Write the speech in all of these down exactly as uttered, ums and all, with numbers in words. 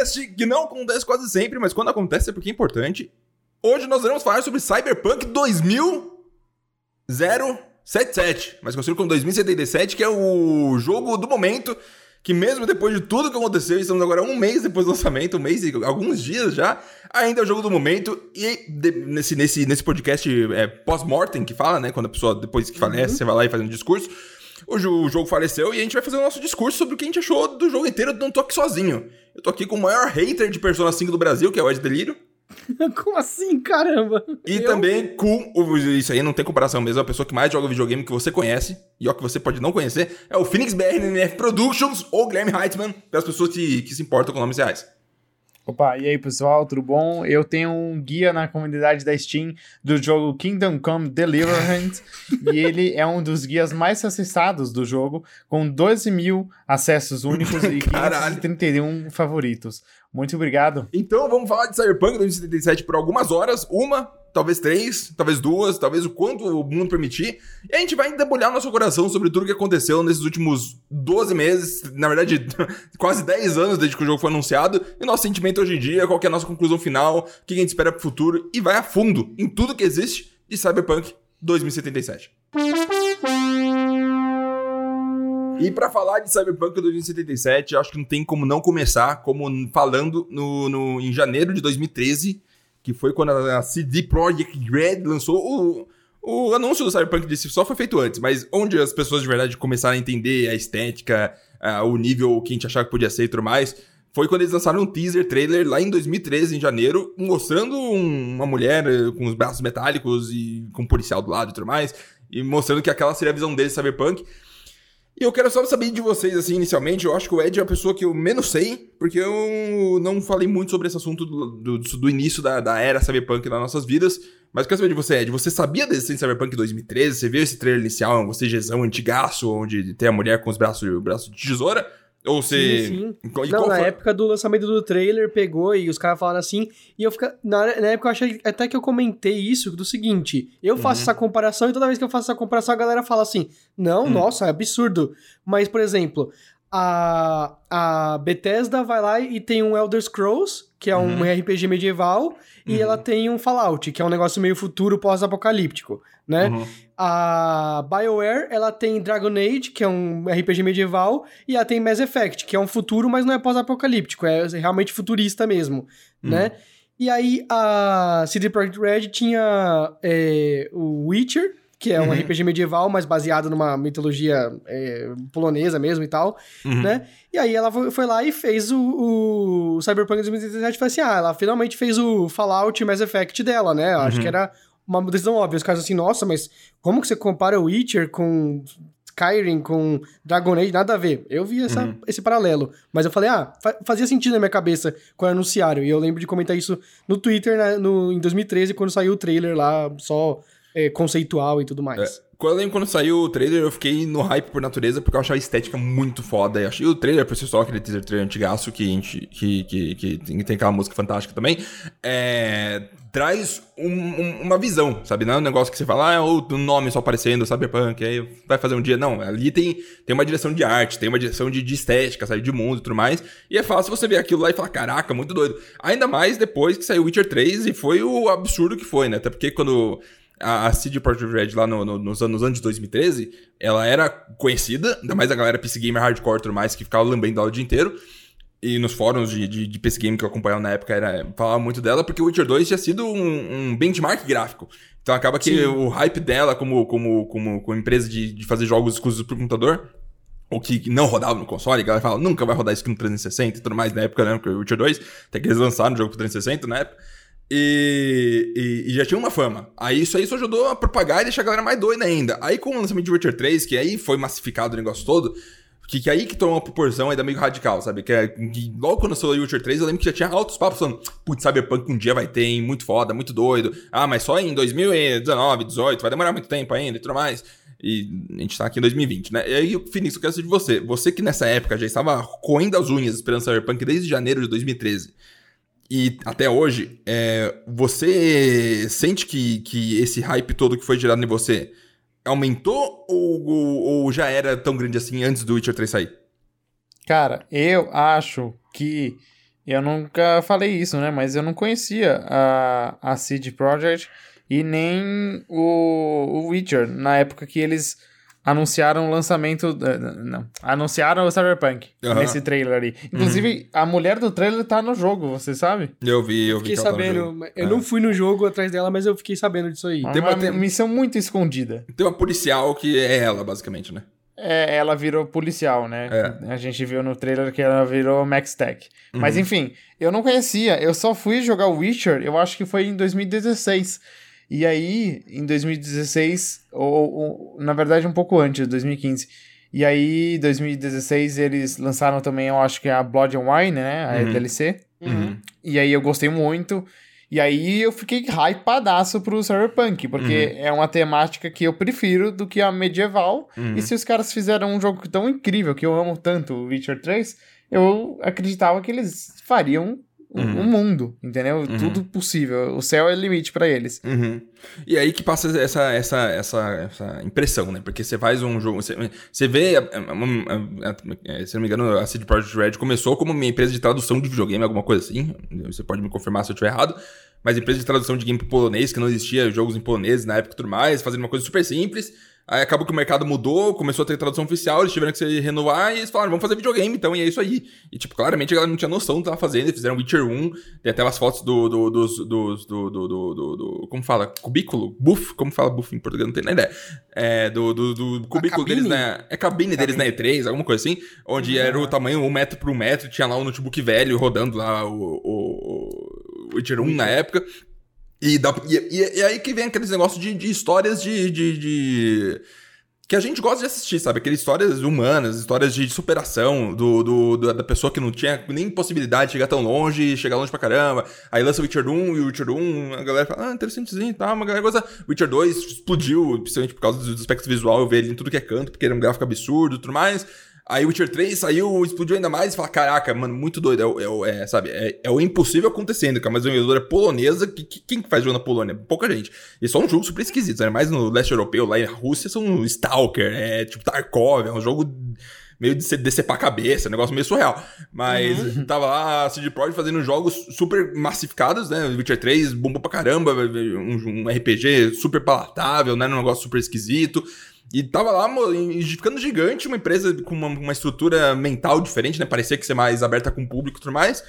podcast que não acontece quase sempre, mas quando acontece é porque é importante. Hoje nós iremos falar sobre Cyberpunk dois mil setenta e sete, mais conhecido como dois mil e setenta e sete, que é o jogo do momento, que mesmo depois de tudo que aconteceu, estamos agora um mês depois do lançamento, um mês e alguns dias já, ainda é o jogo do momento, e de, nesse, nesse, nesse podcast é, pós-mortem que fala, né, quando a pessoa, depois que falece, uhum. você vai lá e faz um discurso, o, o jogo faleceu e a gente vai fazer o nosso discurso sobre o que a gente achou do jogo inteiro. Eu não tô aqui sozinho, eu tô aqui com o maior hater de Persona cinco do Brasil, que é o Ed Delírio. Como assim, caramba? E eu... também com... O, isso aí não tem comparação mesmo. A pessoa que mais joga videogame que você conhece, e ó que você pode não conhecer, é o Phoenix B R N F Productions, ou Guilherme Heitzman, para as pessoas que, que se importam com nomes reais. Opa, e aí pessoal, tudo bom? Eu tenho um guia na comunidade da Steam do jogo Kingdom Come Deliverance e ele é um dos guias mais acessados do jogo, com doze mil acessos únicos e quinhentos e trinta e um favoritos. Muito obrigado. Então vamos falar de Cyberpunk dois mil e setenta e sete por algumas horas, uma, talvez três, talvez duas, talvez o quanto o mundo permitir, e a gente vai debulhar nosso coração sobre tudo que aconteceu nesses últimos doze meses, na verdade quase dez anos desde que o jogo foi anunciado, e nosso sentimento hoje em dia, qual que é a nossa conclusão final, o que a gente espera pro futuro, e vai a fundo em tudo que existe de Cyberpunk dois mil e setenta e sete. E pra falar de Cyberpunk dois mil e setenta e sete, eu acho que não tem como não começar como falando no, no, em janeiro de dois mil e treze, que foi quando a C D Projekt Red lançou o, o anúncio do Cyberpunk de si, só foi feito antes, mas onde as pessoas de verdade começaram a entender a estética, a, o nível que a gente achava que podia ser e tudo mais, foi quando eles lançaram um teaser trailer lá em dois mil e treze, em janeiro, mostrando um, uma mulher com os braços metálicos e com um policial do lado e tudo mais, e mostrando que aquela seria a visão deles de Cyberpunk. E eu quero só saber de vocês, assim, inicialmente, eu acho que o Ed é a pessoa que eu menos sei, porque eu não falei muito sobre esse assunto do, do, do início da, da era Cyberpunk nas nossas vidas, mas eu quero saber de você, Ed, você sabia da existência de Cyberpunk dois mil e treze? Você viu esse trailer inicial, um CGzão antigaço, onde tem a mulher com os braços, braços de tesoura? Ou você... Sim, sim. E não, na foi... época do lançamento do trailer, pegou e os caras falaram assim, e eu fica... Na, na época eu achei até que eu comentei isso, do seguinte, eu faço uhum. essa comparação e toda vez que eu faço essa comparação a galera fala assim, não, hum. nossa, é absurdo. Mas, por exemplo, a, a Bethesda vai lá e tem um Elder Scrolls, que é um uhum. R P G medieval, e uhum. ela tem um Fallout, que é um negócio meio futuro pós-apocalíptico, né? Uhum. A BioWare, ela tem Dragon Age, que é um R P G medieval, e ela tem Mass Effect, que é um futuro, mas não é pós-apocalíptico, é realmente futurista mesmo, uhum. né? E aí a C D Projekt Red tinha é, o Witcher, que é um uhum. R P G medieval, mas baseado numa mitologia é, polonesa mesmo e tal, uhum. né? E aí ela foi lá e fez o, o Cyberpunk dois mil e setenta e sete, e falou assim, ah, ela finalmente fez o Fallout e Mass Effect dela, né? Eu uhum. acho que era uma decisão óbvia. Os caras assim, nossa, mas como que você compara o Witcher com Skyrim, com Dragon Age? Nada a ver. Eu vi essa, uhum. esse paralelo. Mas eu falei, ah, fa- fazia sentido na minha cabeça quando anunciaram. E eu lembro de comentar isso no Twitter, né, no, em dois mil e treze, quando saiu o trailer lá, só é, conceitual e tudo mais. É. Quando eu lembro quando saiu o trailer, eu fiquei no hype por natureza, porque eu achava a estética muito foda. Eu achei o trailer, por si só, aquele teaser trailer antigaço, que, a gente, que, que, que tem aquela música fantástica também, é, traz um, um, uma visão, sabe? Não é um negócio que você fala, ah, o nome só aparecendo, Cyberpunk, aí vai fazer um dia. Não, ali tem, tem uma direção de arte, tem uma direção de, de estética, sabe? De mundo e tudo mais. E é fácil você ver aquilo lá e falar, caraca, muito doido. Ainda mais depois que saiu Witcher três e foi o absurdo que foi, né? Até porque quando... A C D Projekt Red lá no, no, nos anos antes de dois mil e treze, ela era conhecida, ainda mais a galera P C Gamer hardcore e tudo mais, que ficava lambendo ela o dia inteiro. E nos fóruns de, de, de P C Game que eu acompanhava na época, era, falava muito dela, porque o Witcher dois tinha sido um, um benchmark gráfico. Então acaba que Sim. o hype dela como, como, como, como empresa de, de fazer jogos exclusivos pro computador, ou que não rodava no console, a galera fala, nunca vai rodar isso aqui no trezentos e sessenta e tudo mais na época, né? Porque o Witcher dois, até que eles lançaram o jogo pro trezentos e sessenta na época. E, e, e já tinha uma fama. Aí isso aí só ajudou a propagar e deixar a galera mais doida ainda. Aí com o lançamento de Witcher três, que aí foi massificado o negócio todo, que, que aí que tomou uma proporção ainda meio radical, sabe? Que, é, que logo quando lançou o Witcher três, eu lembro que já tinha altos papos falando, putz, Cyberpunk um dia vai ter, hein? Muito foda, muito doido. Ah, mas só em dois mil e dezenove, dezoito, vai demorar muito tempo ainda e tudo mais. E a gente tá aqui em dois mil e vinte, né? E aí, Phoenix, eu quero saber de você. Você que nessa época já estava roendo as unhas esperando Cyberpunk desde janeiro de dois mil e treze. E até hoje, é, você sente que, que esse hype todo que foi gerado em você aumentou ou, ou, ou já era tão grande assim antes do Witcher três sair? Cara, eu acho que eu nunca falei isso, né? Mas eu não conhecia a, a C D Projekt e nem o, o Witcher, na época que eles anunciaram o lançamento... Não, anunciaram o Cyberpunk uhum. nesse trailer ali. Inclusive, uhum. a mulher do trailer tá no jogo, você sabe? Eu vi, eu vi. Fiquei que sabendo. Ela tá no jogo. Eu é. não fui no jogo atrás dela, mas eu fiquei sabendo disso aí. Tem uma, tem uma missão muito escondida. Tem uma policial que é ela, basicamente, né? É, ela virou policial, né? É. A gente viu no trailer que ela virou Max Tech. Uhum. Mas enfim, eu não conhecia. Eu só fui jogar o Witcher, eu acho que foi em dois mil e dezesseis. E aí, em dois mil e dezesseis, ou, ou na verdade um pouco antes, dois mil e quinze. E aí, em dois mil e dezesseis, eles lançaram também, eu acho que é a Blood and Wine, né? A uhum. D L C. Uhum. E aí eu gostei muito. E aí eu fiquei hypadaço pro Cyberpunk, porque uhum. é uma temática que eu prefiro do que a medieval. Uhum. E se os caras fizeram um jogo tão incrível, que eu amo tanto, o Witcher três, eu acreditava que eles fariam um, uhum. um mundo, entendeu? Uhum. Tudo possível. O céu é o limite pra eles. Uhum. E aí que passa essa, essa, essa, essa impressão, né? Porque você faz um jogo... Você, você vê... A, a, a, a, se não me engano, a C D Projekt Red começou como uma empresa de tradução de videogame, alguma coisa assim. Você pode me confirmar se eu estiver errado. Mas empresa de tradução de game pro polonês, que não existia jogos em polonês na época e tudo mais, fazendo uma coisa super simples. Aí acabou que o mercado mudou, começou a ter tradução oficial, eles tiveram que se renovar e eles falaram, vamos fazer videogame então, e é isso aí. E, tipo, claramente a galera não tinha noção do que tava fazendo, eles fizeram Witcher um, tem até umas fotos do, do, dos, dos, do, do, do, do, do, como fala? Cubículo? Buff? Como fala buff em português? Não tenho nem ideia. É, do, do, do cubículo deles, né? É cabine, cabine deles na E três, alguma coisa assim, onde uhum. era o tamanho um metro por um metro, tinha lá um notebook velho rodando lá o, o, o Witcher um Witcher. Na época. E, dá, e, e, e aí que vem aqueles negócios de, de histórias de, de, de... que a gente gosta de assistir, sabe? Aquelas histórias humanas, histórias de superação do, do, do, da pessoa que não tinha nem possibilidade de chegar tão longe, chegar longe pra caramba. Aí lança o Witcher um, e o Witcher um, a galera fala, ah, interessantezinho e tal, uma galera coisa... Witcher dois explodiu, principalmente por causa do aspecto visual, eu vi ele em tudo que é canto, porque era um gráfico absurdo e tudo mais... Aí o Witcher três saiu, explodiu ainda mais e fala, caraca, mano, muito doido. É, é, é sabe, é, é o impossível acontecendo, cara. Mas a desenvolvedora polonesa, que, que, quem que faz jogo na Polônia? Pouca gente. E só um jogo super esquisito, né? Mais no leste europeu, lá na Rússia, são Stalker, é tipo Tarkov, é um jogo meio de decepar a cabeça, um negócio meio surreal. Mas uhum. tava lá a C D Projekt fazendo jogos super massificados, né? O Witcher três bombou pra caramba, um, um R P G super palatável, né? Um negócio super esquisito. E tava lá ficando gigante, uma empresa com uma, uma estrutura mental diferente, né? Parecia que ser mais aberta com o público e tudo mais.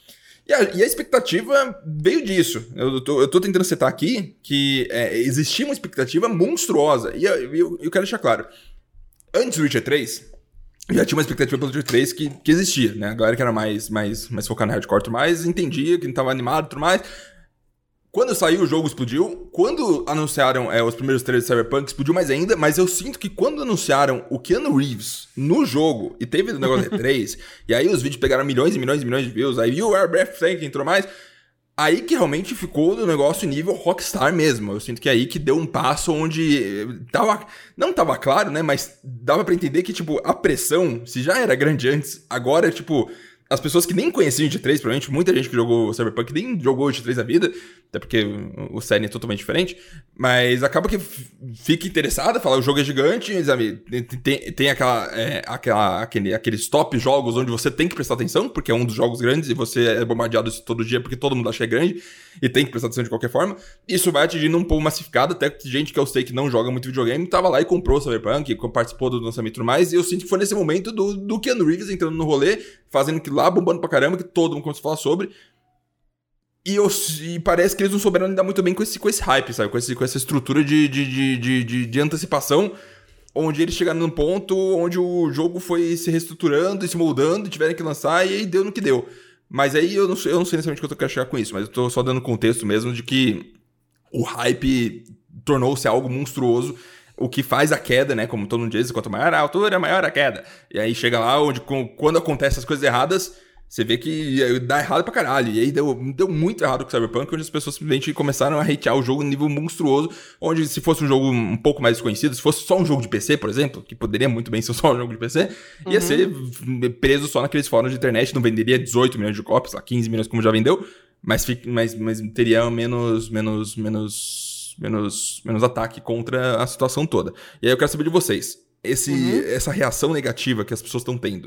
E a, e a expectativa veio disso. Eu tô, eu tô tentando citar aqui que é, existia uma expectativa monstruosa. E eu, eu, eu quero deixar claro. Antes do Witcher três, já tinha uma expectativa pelo Witcher três que, que existia, né? A galera que era mais, mais, mais focada no hardcore e tudo mais, entendia que não tava animado e tudo mais... Quando saiu, o jogo explodiu. Quando anunciaram é, os primeiros trailers de Cyberpunk, explodiu mais ainda. Mas eu sinto que quando anunciaram o Keanu Reeves no jogo, e teve o negócio da E três, e aí os vídeos pegaram milhões e milhões e milhões de views, aí o Air Breathtaking entrou mais, aí que realmente ficou no negócio nível Rockstar mesmo. Eu sinto que é aí que deu um passo onde tava, não tava claro, né, mas dava pra entender que, tipo, a pressão, se já era grande antes, agora, tipo... As pessoas que nem conheciam o Witcher três, provavelmente muita gente que jogou Cyberpunk nem jogou o Witcher três na vida, até porque o setting é totalmente diferente, mas acaba que fica interessada, fala, o jogo é gigante, sabe? Tem, tem, tem aquela, é, aquela, aquele, aqueles top jogos onde você tem que prestar atenção, porque é um dos jogos grandes e você é bombardeado todo dia porque todo mundo acha que é grande e tem que prestar atenção de qualquer forma. Isso vai atingindo um pouco massificado, até que gente que eu sei que não joga muito videogame tava lá e comprou o Cyberpunk, participou do lançamento e tudo mais, e eu sinto que foi nesse momento do, do Keanu Reeves entrando no rolê, fazendo que lá, bombando pra caramba, que todo mundo começou a falar sobre. E, eu, e parece que eles não souberam lidar muito bem com esse, com esse hype, sabe? Com, esse, com essa estrutura de, de, de, de, de, de antecipação, onde eles chegaram num ponto onde o jogo foi se reestruturando e se moldando, e tiveram que lançar, e aí deu no que deu. Mas aí eu não, eu não sei necessariamente o que eu quero chegar com isso, mas eu tô só dando contexto mesmo de que o hype tornou-se algo monstruoso, o que faz a queda, né? Como todo mundo diz, quanto maior a altura, maior a queda. E aí chega lá onde, quando acontecem as coisas erradas, você vê que dá errado pra caralho. E aí deu, deu muito errado com o Cyberpunk, onde as pessoas simplesmente começaram a hatear o jogo em nível monstruoso, onde se fosse um jogo um pouco mais desconhecido, se fosse só um jogo de P C, por exemplo, que poderia muito bem ser só um jogo de P C, uhum. ia ser preso só naqueles fóruns de internet, não venderia dezoito milhões de cópias, lá quinze milhões como já vendeu, mas, mas, mas teria menos... menos, menos Menos, menos ataque contra a situação toda. E aí eu quero saber de vocês. Esse, uhum. Essa reação negativa que as pessoas estão tendo.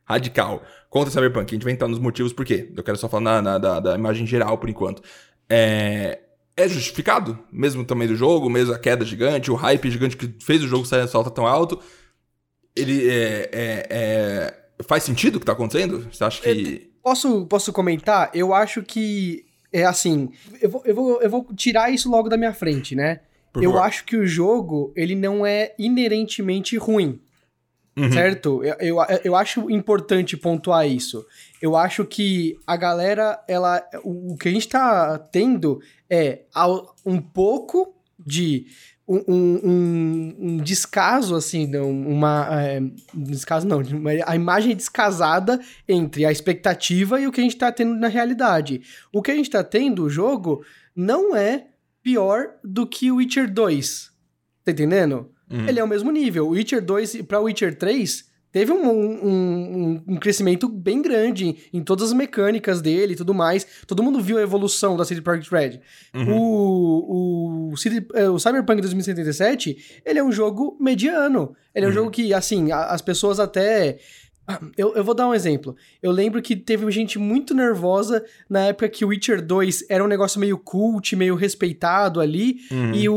radical contra Cyberpunk. A gente vai entrar nos motivos por quê. Eu quero só falar na, na, da, da imagem geral por enquanto. É... É justificado? Mesmo o tamanho do jogo, mesmo a queda gigante, o hype gigante que fez o jogo sair salta tão alto. Ele é, é, é... Faz sentido o que tá acontecendo? Você acha que... Posso, posso comentar? Eu acho que... É assim... Eu vou, eu, vou, eu vou tirar isso logo da minha frente, né? Por eu favor. acho que o jogo, ele não é inerentemente ruim. Uhum. Certo? Eu, eu, eu acho importante pontuar isso. Eu acho que a galera, ela, o, o que a gente tá tendo é um pouco de um, um, um descaso, assim, uma... É, descaso não, uma, a imagem descasada entre a expectativa e o que a gente tá tendo na realidade. O que a gente tá tendo, o jogo, não é pior do que o Witcher dois. Tá entendendo? Uhum. Ele é o mesmo nível. O Witcher dois pra Witcher três teve um, um, um, um crescimento bem grande em todas as mecânicas dele e tudo mais. Todo mundo viu a evolução da C D Projekt Red. Uhum. O, o, City, o Cyberpunk dois mil e setenta e sete, ele é um jogo mediano. Ele é um uhum. jogo que, assim, as pessoas até... Eu, eu vou dar um exemplo. Eu lembro que teve gente muito nervosa na época que o Witcher dois era um negócio meio cult, meio respeitado ali, uhum. e o,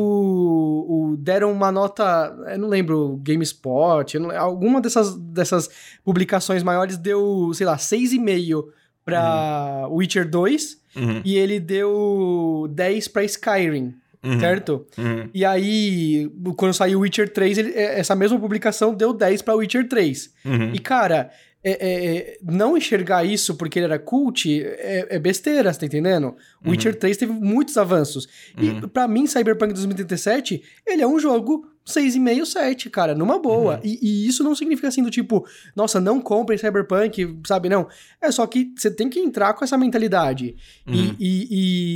o deram uma nota, eu não lembro, GameSpot, não, alguma dessas, dessas publicações maiores deu, sei lá, seis vírgula cinco pra uhum. Witcher dois, uhum. e ele deu dez pra Skyrim. Uhum. Certo? Uhum. E aí, quando saiu o Witcher três, ele, essa mesma publicação deu dez pra Witcher três. Uhum. E, cara, é, é, não enxergar isso porque ele era cult é, é besteira, você tá entendendo? O uhum. Witcher três teve muitos avanços. Uhum. E, pra mim, Cyberpunk dois mil e setenta e sete, ele é um jogo seis vírgula cinco, sete, cara, numa boa. Uhum. E, e isso não significa assim do tipo, nossa, não comprem Cyberpunk, sabe? Não. É só que você tem que entrar com essa mentalidade. Uhum. E, e,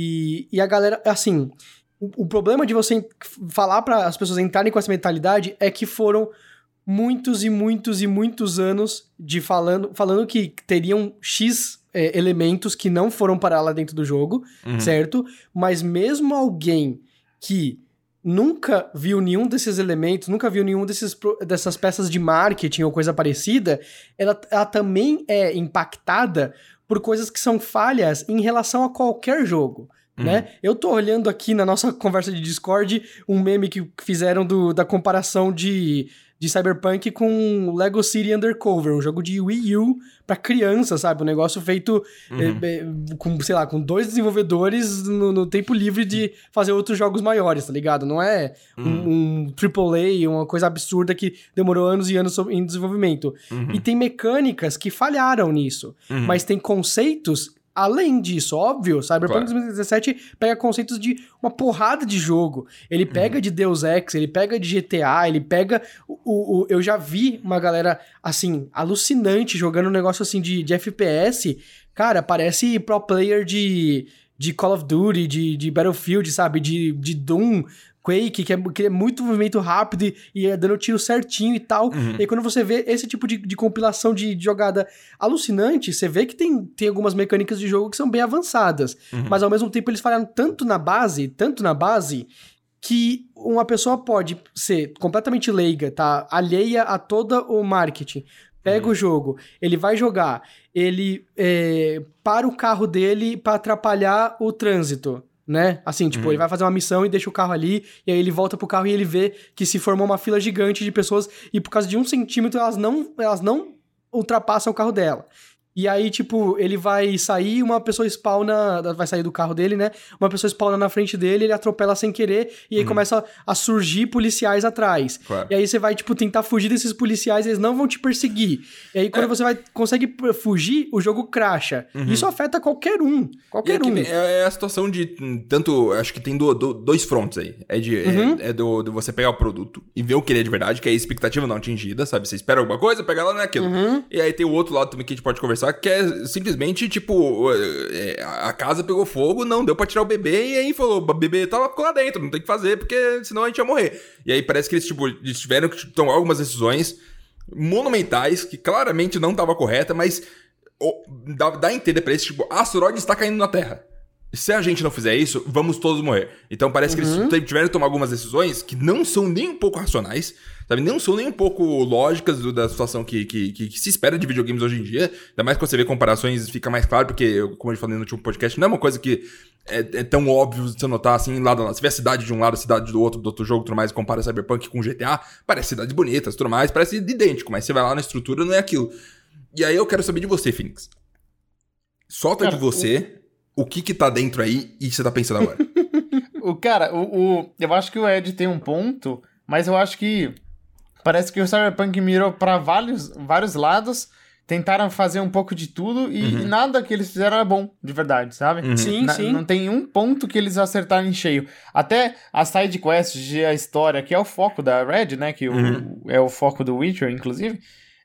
e, e a galera, assim... O, o problema de você falar para as pessoas entrarem com essa mentalidade é que foram muitos e muitos e muitos anos de falando, falando que teriam X é, elementos que não foram parar lá dentro do jogo, uhum. certo? Mas mesmo alguém que nunca viu nenhum desses elementos, nunca viu nenhum desses, dessas peças de marketing ou coisa parecida, ela, ela também é impactada por coisas que são falhas em relação a qualquer jogo. Né? Uhum. Eu tô olhando aqui na nossa conversa de Discord um meme que fizeram do, da comparação de, de Cyberpunk com Lego City Undercover, um jogo de Wii U pra criança, sabe? Um negócio feito uhum. é, é, com, sei lá, com dois desenvolvedores no, no tempo livre de fazer outros jogos maiores, tá ligado? Não é uhum. um, um triplo A, uma coisa absurda que demorou anos e anos em desenvolvimento. Uhum. E tem mecânicas que falharam nisso, uhum. mas tem conceitos... Além disso, óbvio, Cyberpunk claro. dois mil e dezessete pega conceitos de uma porrada de jogo. Ele pega uhum. de Deus Ex, ele pega de G T A, ele pega... O, o, o, eu já vi uma galera, assim, alucinante jogando um negócio assim de, de F P S. Cara, parece pro player de, de Call of Duty, de, de Battlefield, sabe? De, de Doom... Quake, que é, que é muito movimento rápido e, e é dando tiro certinho e tal. Uhum. E aí quando você vê esse tipo de, de compilação de, de jogada alucinante, você vê que tem, tem algumas mecânicas de jogo que são bem avançadas. Uhum. Mas ao mesmo tempo eles falharam tanto na base, tanto na base, que uma pessoa pode ser completamente leiga, tá? Alheia a todo o marketing. Pega uhum. o jogo, ele vai jogar, ele é, para o carro dele pra atrapalhar o trânsito. Né? Assim, tipo, uhum. ele vai fazer uma missão e deixa o carro ali, e aí ele volta pro carro e ele vê que se formou uma fila gigante de pessoas e por causa de um centímetro elas não, elas não ultrapassam o carro dela. E aí, tipo, ele vai sair, uma pessoa spawna, vai sair do carro dele, né? Uma pessoa spawna na frente dele, ele atropela sem querer, e aí uhum. começa a surgir policiais atrás. Claro. E aí você vai, tipo, tentar fugir desses policiais, eles não vão te perseguir. E aí quando é. você vai, consegue fugir, o jogo crasha. Uhum. Isso afeta qualquer um. Qualquer um. É, é a situação de, tanto, acho que tem do, do, dois fronts aí. É, de, uhum. é, é do, do você pegar o produto e ver o que ele é de verdade, que é a expectativa não atingida, sabe? Você espera alguma coisa, pega lá naquilo. Uhum. E aí tem o outro lado também que a gente pode conversar, que é simplesmente, tipo, a casa pegou fogo, não deu pra tirar o bebê, e aí falou, o bebê tava lá dentro, não tem o que fazer, porque senão a gente ia morrer. E aí parece que eles, tipo, eles tiveram que tomar algumas decisões monumentais, que claramente não tava correta, mas oh, dá, dá a entender pra eles, tipo, a asteroide está caindo na Terra. se a gente não fizer isso, vamos todos morrer. Então parece Uhum. que eles tiveram que tomar algumas decisões que não são nem um pouco racionais, sabe? Não são nem um pouco lógicas do, da situação que, que, que, que se espera de videogames hoje em dia. Ainda mais quando você vê comparações, fica mais claro, porque, eu, como eu falei no último podcast, não é uma coisa que é, é tão óbvio de você notar assim, lado a lado. Você vê a cidade de um lado, a cidade do outro, do outro jogo, tudo mais, e compara Cyberpunk com G T A, parece cidades bonitas, tudo mais, parece idêntico, mas você vai lá na estrutura, não é aquilo. E aí eu quero saber de você, Phoenix. Solta Cara, de você... O que que tá dentro aí e você tá pensando agora? O cara, o, o, eu acho que o Ed tem um ponto, mas eu acho que parece que o Cyberpunk mirou pra vários, vários lados, tentaram fazer um pouco de tudo e Uhum. nada que eles fizeram é bom, de verdade, sabe? Uhum. Sim, Na- sim. Não tem um ponto que eles acertaram em cheio. Até a side quest de a história, que é o foco da Red, né? Que o- Uhum. é o foco do Witcher, inclusive,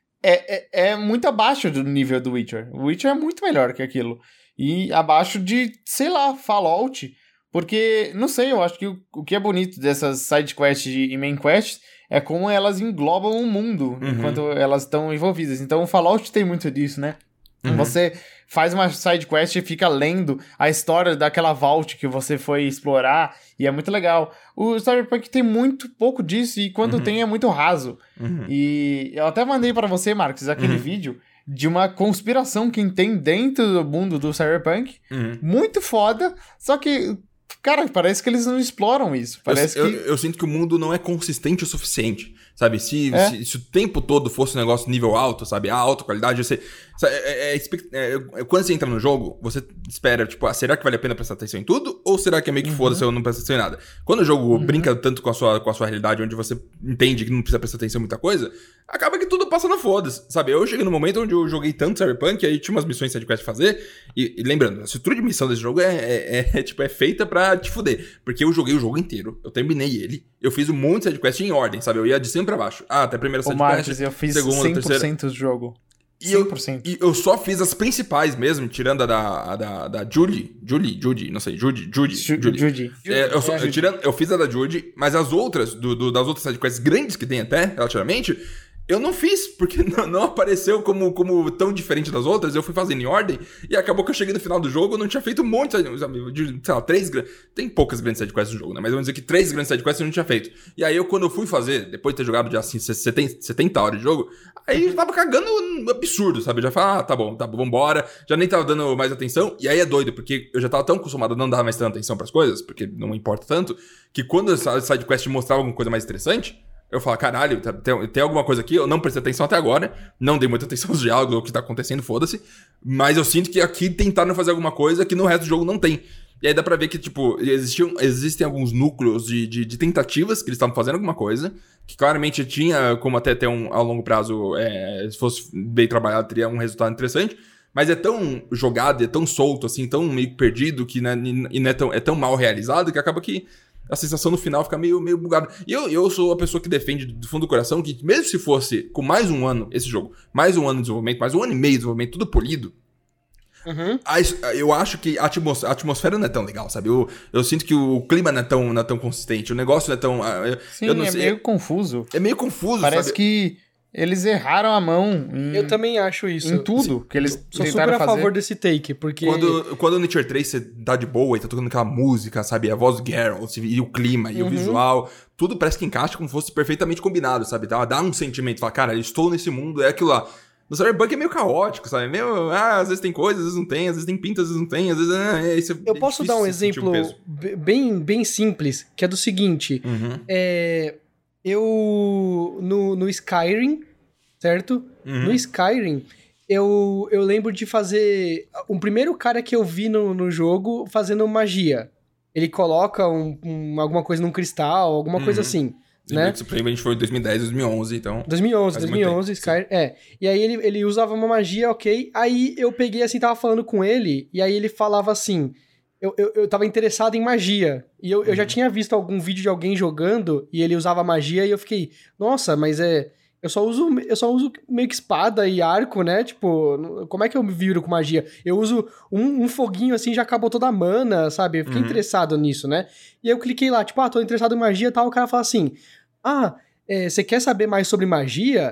é, é, é muito abaixo do nível do Witcher. O Witcher é muito melhor que aquilo. E abaixo de, sei lá, Fallout. Porque, não sei, eu acho que o, o que é bonito dessas side quests e main quests é como elas englobam o mundo Uhum. enquanto elas estão envolvidas. Então o Fallout tem muito disso, né? Uhum. Você faz uma side quest e fica lendo a história daquela vault que você foi explorar, e é muito legal. O Cyberpunk tem muito pouco disso, e quando Uhum. tem é muito raso. Uhum. E eu até mandei pra você, Marcos, aquele Uhum. vídeo de uma conspiração que tem dentro do mundo do Cyberpunk, Uhum. muito foda, só que, cara, parece que eles não exploram isso. Parece eu, que... eu, eu sinto que o mundo não é consistente o suficiente, sabe? Se, É. se, se o tempo todo fosse um negócio nível alto, sabe? A alta qualidade, você... sabe, é, é, expect- é, é, quando você entra no jogo, você espera, tipo, ah, será que vale a pena prestar atenção em tudo? Ou será que é meio que Uhum. foda-se eu não prestar atenção em nada? Quando o jogo Uhum. brinca tanto com a, sua, com a sua realidade, onde você entende que não precisa prestar atenção em muita coisa, acaba que tudo passa no foda-se, sabe? Eu cheguei no momento onde eu joguei tanto Cyberpunk, aí tinha umas missões de sidequest pra fazer, e, e lembrando, a estrutura de missão desse jogo é, é, é, é, tipo, é feita pra te fuder, porque eu joguei o jogo inteiro, eu terminei ele, eu fiz um monte de sidequest em ordem, sabe? Eu ia de cima pra baixo. Ah, até a primeira Ô, sidequest, Marcos, eu fiz segunda, cem por terceira. cento do jogo. E eu, cem por cento. e eu só fiz as principais mesmo, tirando a da, a da, da Julie, Julie, Judy, não sei, Judy, Judy, Ju- Julie. Judy. É, eu, só- É, eu Judy. tirando, eu fiz a da Judy, mas as outras, do, do- das outras sidequests grandes que tem até, relativamente, eu não fiz, porque não, não apareceu como, como tão diferente das outras, eu fui fazendo em ordem, e acabou que eu cheguei no final do jogo, eu não tinha feito um monte, sabe, de, sei lá, três grandes... Tem poucas grandes sidequests no jogo, né? Mas vamos dizer que três grandes sidequests eu não tinha feito. E aí eu, quando eu fui fazer, depois de ter jogado já, assim, setenta, setenta horas de jogo, aí eu tava cagando um absurdo, sabe? Eu já falava, ah, tá bom, tá bom, vambora, já nem tava dando mais atenção, e aí é doido, porque eu já tava tão acostumado a não dar mais tanta atenção pras coisas, porque não importa tanto, que quando a sidequest mostrava alguma coisa mais interessante, eu falo, caralho, tá- tem, tem alguma coisa aqui, eu não prestei atenção até agora, não dei muita atenção aos diálogos, ao que tá acontecendo, foda-se, mas eu sinto que aqui tentaram fazer alguma coisa que no resto do jogo não tem. E aí dá pra ver que, tipo, existiam, existem alguns núcleos de, de, de tentativas que eles estavam fazendo alguma coisa, que claramente tinha como até ter um, a longo prazo, é, se fosse bem trabalhado, teria um resultado interessante, mas é tão jogado, é tão solto, assim, tão meio perdido, que né, e não é, tão, é tão mal realizado, que acaba que a sensação no final fica meio, meio bugada. E eu, eu sou a pessoa que defende do fundo do coração que, mesmo se fosse com mais um ano esse jogo, mais um ano de desenvolvimento, mais um ano e meio de desenvolvimento, tudo polido, Uhum. a his- eu acho que a atmos- a atmosfera não é tão legal, sabe? Eu, eu sinto que o clima não é tão, não é tão consistente, o negócio não é tão... ah, eu, Sim, eu não é sei, meio confuso. é meio confuso, Parece sabe? que eles erraram a mão em, Eu também acho isso. em tudo que eles Sou super tentaram a fazer. favor desse take, porque... Quando, quando no Witcher três você tá de boa e tá tocando aquela música, sabe? A voz do Geralt, e o clima, e o Uhum. visual, tudo parece que encaixa como se fosse perfeitamente combinado, sabe? Dá, dá um sentimento, fala, cara, eu estou nesse mundo, é aquilo lá. No Cyberpunk é meio caótico, sabe? Meio, ah, às vezes tem coisa, às vezes não tem, às vezes tem pinta, às vezes não tem, às vezes... Ah, é, isso é Eu posso difícil dar um você sentir o exemplo peso. be- bem, bem simples, que é do seguinte. Uhum, É, eu... No, no Skyrim, certo? uhum. No Skyrim, eu, eu lembro de fazer... O primeiro cara que eu vi no, no jogo fazendo magia. Ele coloca um, um- alguma coisa num cristal, alguma coisa Uhum. assim, E né? Isso provavelmente foi em dois mil e dez, dois mil e onze, então... dois mil e onze, Faz dois mil e muito onze, tempo, Skyrim, é. E aí ele, ele usava uma magia, ok. Aí eu peguei assim, tava falando com ele, e aí ele falava assim... Eu, eu, eu tava interessado em magia. E eu, eu já Uhum. tinha visto algum vídeo de alguém jogando, e ele usava magia, e eu fiquei... Nossa, mas é... Eu só uso, eu só uso meio que espada e arco, né? Tipo, como é que eu me viro com magia? Eu uso um, um foguinho assim, já acabou toda a mana, sabe? Eu fiquei Uhum. interessado nisso, né? E aí eu cliquei lá, tipo, ah, tô interessado em magia e tal. O cara fala assim... Ah, é, você quer saber mais sobre magia?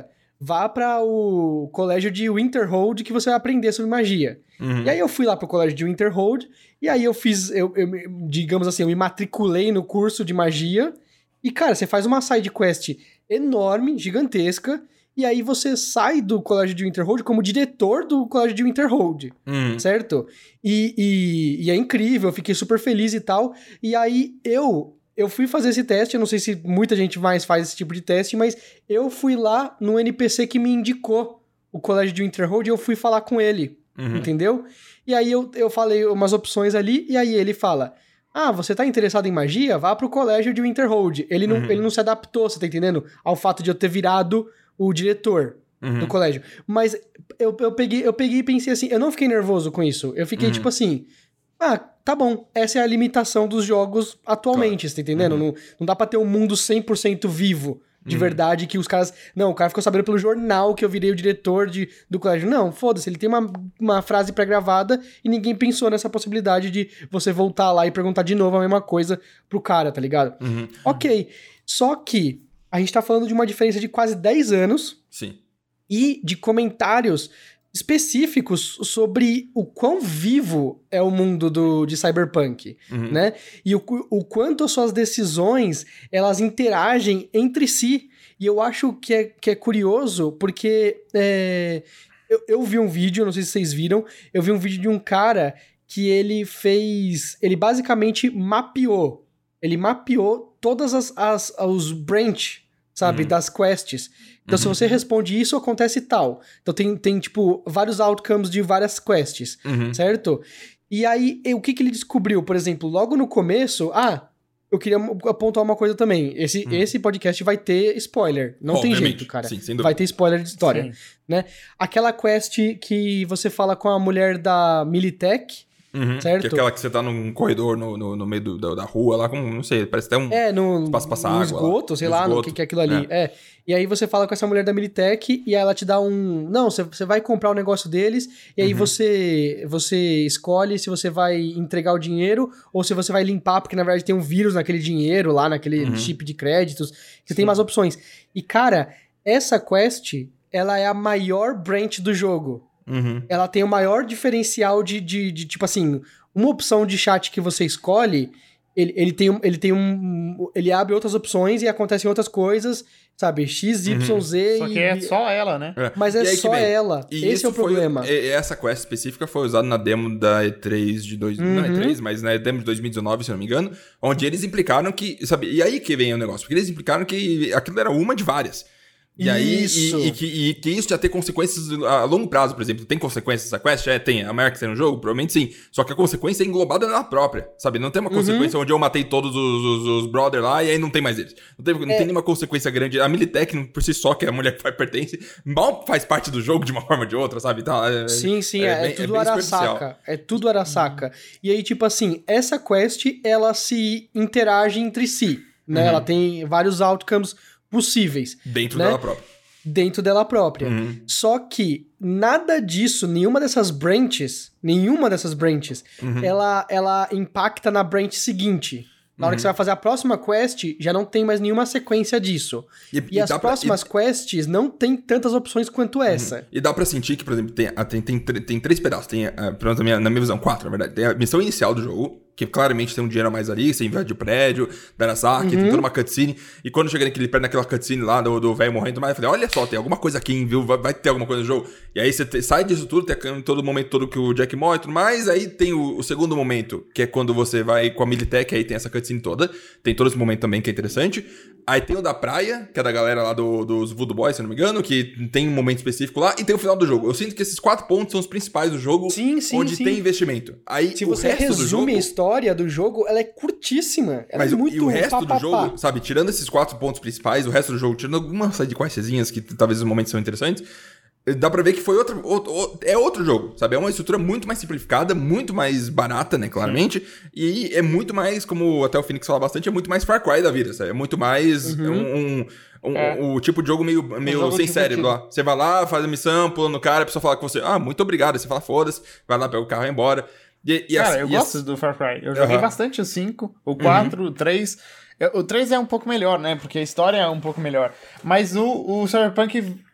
vá para o colégio de Winterhold que você vai aprender sobre magia. Uhum. E aí eu fui lá pro colégio de Winterhold, e aí eu fiz, eu, eu, digamos assim, eu me matriculei no curso de magia, e cara, você faz uma side quest enorme, gigantesca, e aí você sai do colégio de Winterhold como diretor do colégio de Winterhold, uhum. certo? E, e, e é incrível, eu fiquei super feliz e tal, e aí eu... Eu fui fazer esse teste, eu não sei se muita gente mais faz esse tipo de teste, mas eu fui lá no N P C que me indicou o colégio de Winterhold e eu fui falar com ele, uhum. entendeu? E aí eu, eu falei umas opções ali, e aí ele fala, ah, você tá interessado em magia? Vá pro colégio de Winterhold. Ele não, uhum. ele não se adaptou, você tá entendendo? Ao fato de eu ter virado o diretor uhum. do colégio. Mas eu, eu, peguei, eu peguei e pensei assim, eu não fiquei nervoso com isso, eu fiquei uhum. tipo assim... Ah, tá bom, essa é a limitação dos jogos atualmente, claro. Você tá entendendo? Uhum. Não, não dá pra ter um mundo cem por cento vivo, de uhum. verdade, que os caras... Não, o cara ficou sabendo pelo jornal que eu virei o diretor de, do colégio. Não, foda-se, ele tem uma, uma frase pré-gravada e ninguém pensou nessa possibilidade de você voltar lá e perguntar de novo a mesma coisa pro cara, tá ligado? Uhum. Ok, só que a gente tá falando de uma diferença de quase dez anos. Sim. E de comentários... específicos sobre o quão vivo é o mundo do, de Cyberpunk, uhum. né? E o, o quanto as suas decisões, elas interagem entre si. E eu acho que é, que é curioso, porque é, eu, eu vi um vídeo, não sei se vocês viram, eu vi um vídeo de um cara que ele fez... Ele basicamente mapeou. Ele mapeou todas as, as os branch, sabe, uhum. das quests. Então, uhum. se você responde isso, acontece tal. Então, tem, tem tipo, vários outcomes de várias quests, uhum. certo? E aí, o que, que ele descobriu? Por exemplo, logo no começo... Ah, eu queria apontar uma coisa também. Esse, uhum. esse podcast vai ter spoiler. Não Obviamente. tem jeito, cara. Sim, sem dúvida. Vai ter spoiler de história, Sim. né? Aquela quest que você fala com a mulher da Militech... Uhum, certo? Que é aquela que você tá num corredor no, no, no meio do, da, da rua lá, como, não sei, parece até um é, no, espaço passar no água esgoto, lá. sei no lá, esgoto. no que, que é aquilo ali. É. é. E aí você fala com essa mulher da Militech e ela te dá um... Não, você, você vai comprar o negócio deles e aí uhum. você, você escolhe se você vai entregar o dinheiro ou se você vai limpar, porque na verdade tem um vírus naquele dinheiro lá, naquele uhum. chip de créditos. Você Sim. tem mais opções. E cara, essa quest, ela é a maior branch do jogo. Uhum. Ela tem o maior diferencial de, de, de, tipo assim... Uma opção de chat que você escolhe, ele, ele, tem, um, ele tem um... Ele abre outras opções e acontecem outras coisas, sabe? X, Y, Z... Só que e... é só ela, né? É. Mas é só ela. E Esse é o problema. Foi, essa quest específica foi usada na demo da E três de... Dois, uhum. Não é E três, mas na demo de dois mil e dezenove, se não me engano, onde eles implicaram que... Sabe? E aí que vem o negócio. Porque eles implicaram que aquilo era uma de várias. E aí, isso. E, e, que, e que isso já tem consequências a longo prazo, por exemplo. Tem consequências essa quest? É, tem. A maior que tem no jogo? Provavelmente sim. Só que a consequência é englobada na própria, sabe? Não tem uma consequência uhum. onde eu matei todos os, os, os brother lá e aí não tem mais eles. Não tem, não é. tem nenhuma consequência grande. A Militech, por si só, que é a mulher que pertence, mal faz parte do jogo de uma forma ou de outra, sabe? Então, é, sim, sim. É, é, é tudo é araçaca. É tudo araçaca. Uhum. E aí, tipo assim, essa quest, ela se interage entre si, né? Uhum. Ela tem vários outcomes possíveis. Dentro né? dela própria. Dentro dela própria. Uhum. Só que nada disso, nenhuma dessas branches, nenhuma dessas branches, uhum. ela, ela impacta na branch seguinte. Na hora uhum. que você vai fazer a próxima quest, já não tem mais nenhuma sequência disso. E, e, e as próximas pra, e... quests não tem tantas opções quanto essa. Uhum. E dá pra sentir que, por exemplo, tem, tem, tem, tem três pedaços. Tem, uh, pelo menos na minha, na minha visão, quatro, na verdade. Tem a missão inicial do jogo, que claramente tem um dinheiro a mais ali, você invade o prédio, Darasaki, uhum. tem toda uma cutscene. E quando eu cheguei naquele, perto daquela cutscene lá do velho morrendo, eu falei, olha só, tem alguma coisa aqui, viu? Vai, vai ter alguma coisa no jogo. E aí você te, sai disso tudo, tem todo momento todo que o Jack morre e tudo mais. Aí tem o, o segundo momento, que é quando você vai com a Militech, aí tem essa cutscene toda. Tem todo esse momento também que é interessante. Aí tem o da praia, que é da galera lá do, dos Voodoo Boys, se não me engano, que tem um momento específico lá. E tem o final do jogo. Eu sinto que esses quatro pontos são os principais do jogo, sim, sim, onde sim. tem investimento. Aí, se o você resto resume do jogo, a história do jogo, ela é curtíssima. Ela mas é o, muito e o resto pá, do pá, jogo, pá. sabe, tirando esses quatro pontos principais, o resto do jogo, tirando algumas sidequestzinhas que talvez os momentos são interessantes, dá pra ver que foi outro, outro, é outro jogo, sabe? É uma estrutura muito mais simplificada, muito mais barata, né, claramente. Sim. E é muito mais, como até o Phoenix fala bastante, é muito mais Far Cry da vida, sabe? É muito mais uhum. um, um, um, é. um, um tipo de jogo meio, meio um sem cérebro lá. Você vai lá, faz a missão, pula no cara, a pessoa fala com você, ah, muito obrigado. Aí você fala, foda-se, vai lá, pega o carro e vai embora. E, e Cara, assim, eu e gosto assim... do Far Cry. Eu joguei uhum. bastante o cinco, o quatro, uhum. o três... O três é um pouco melhor, né? Porque a história é um pouco melhor. Mas o, o Cyberpunk...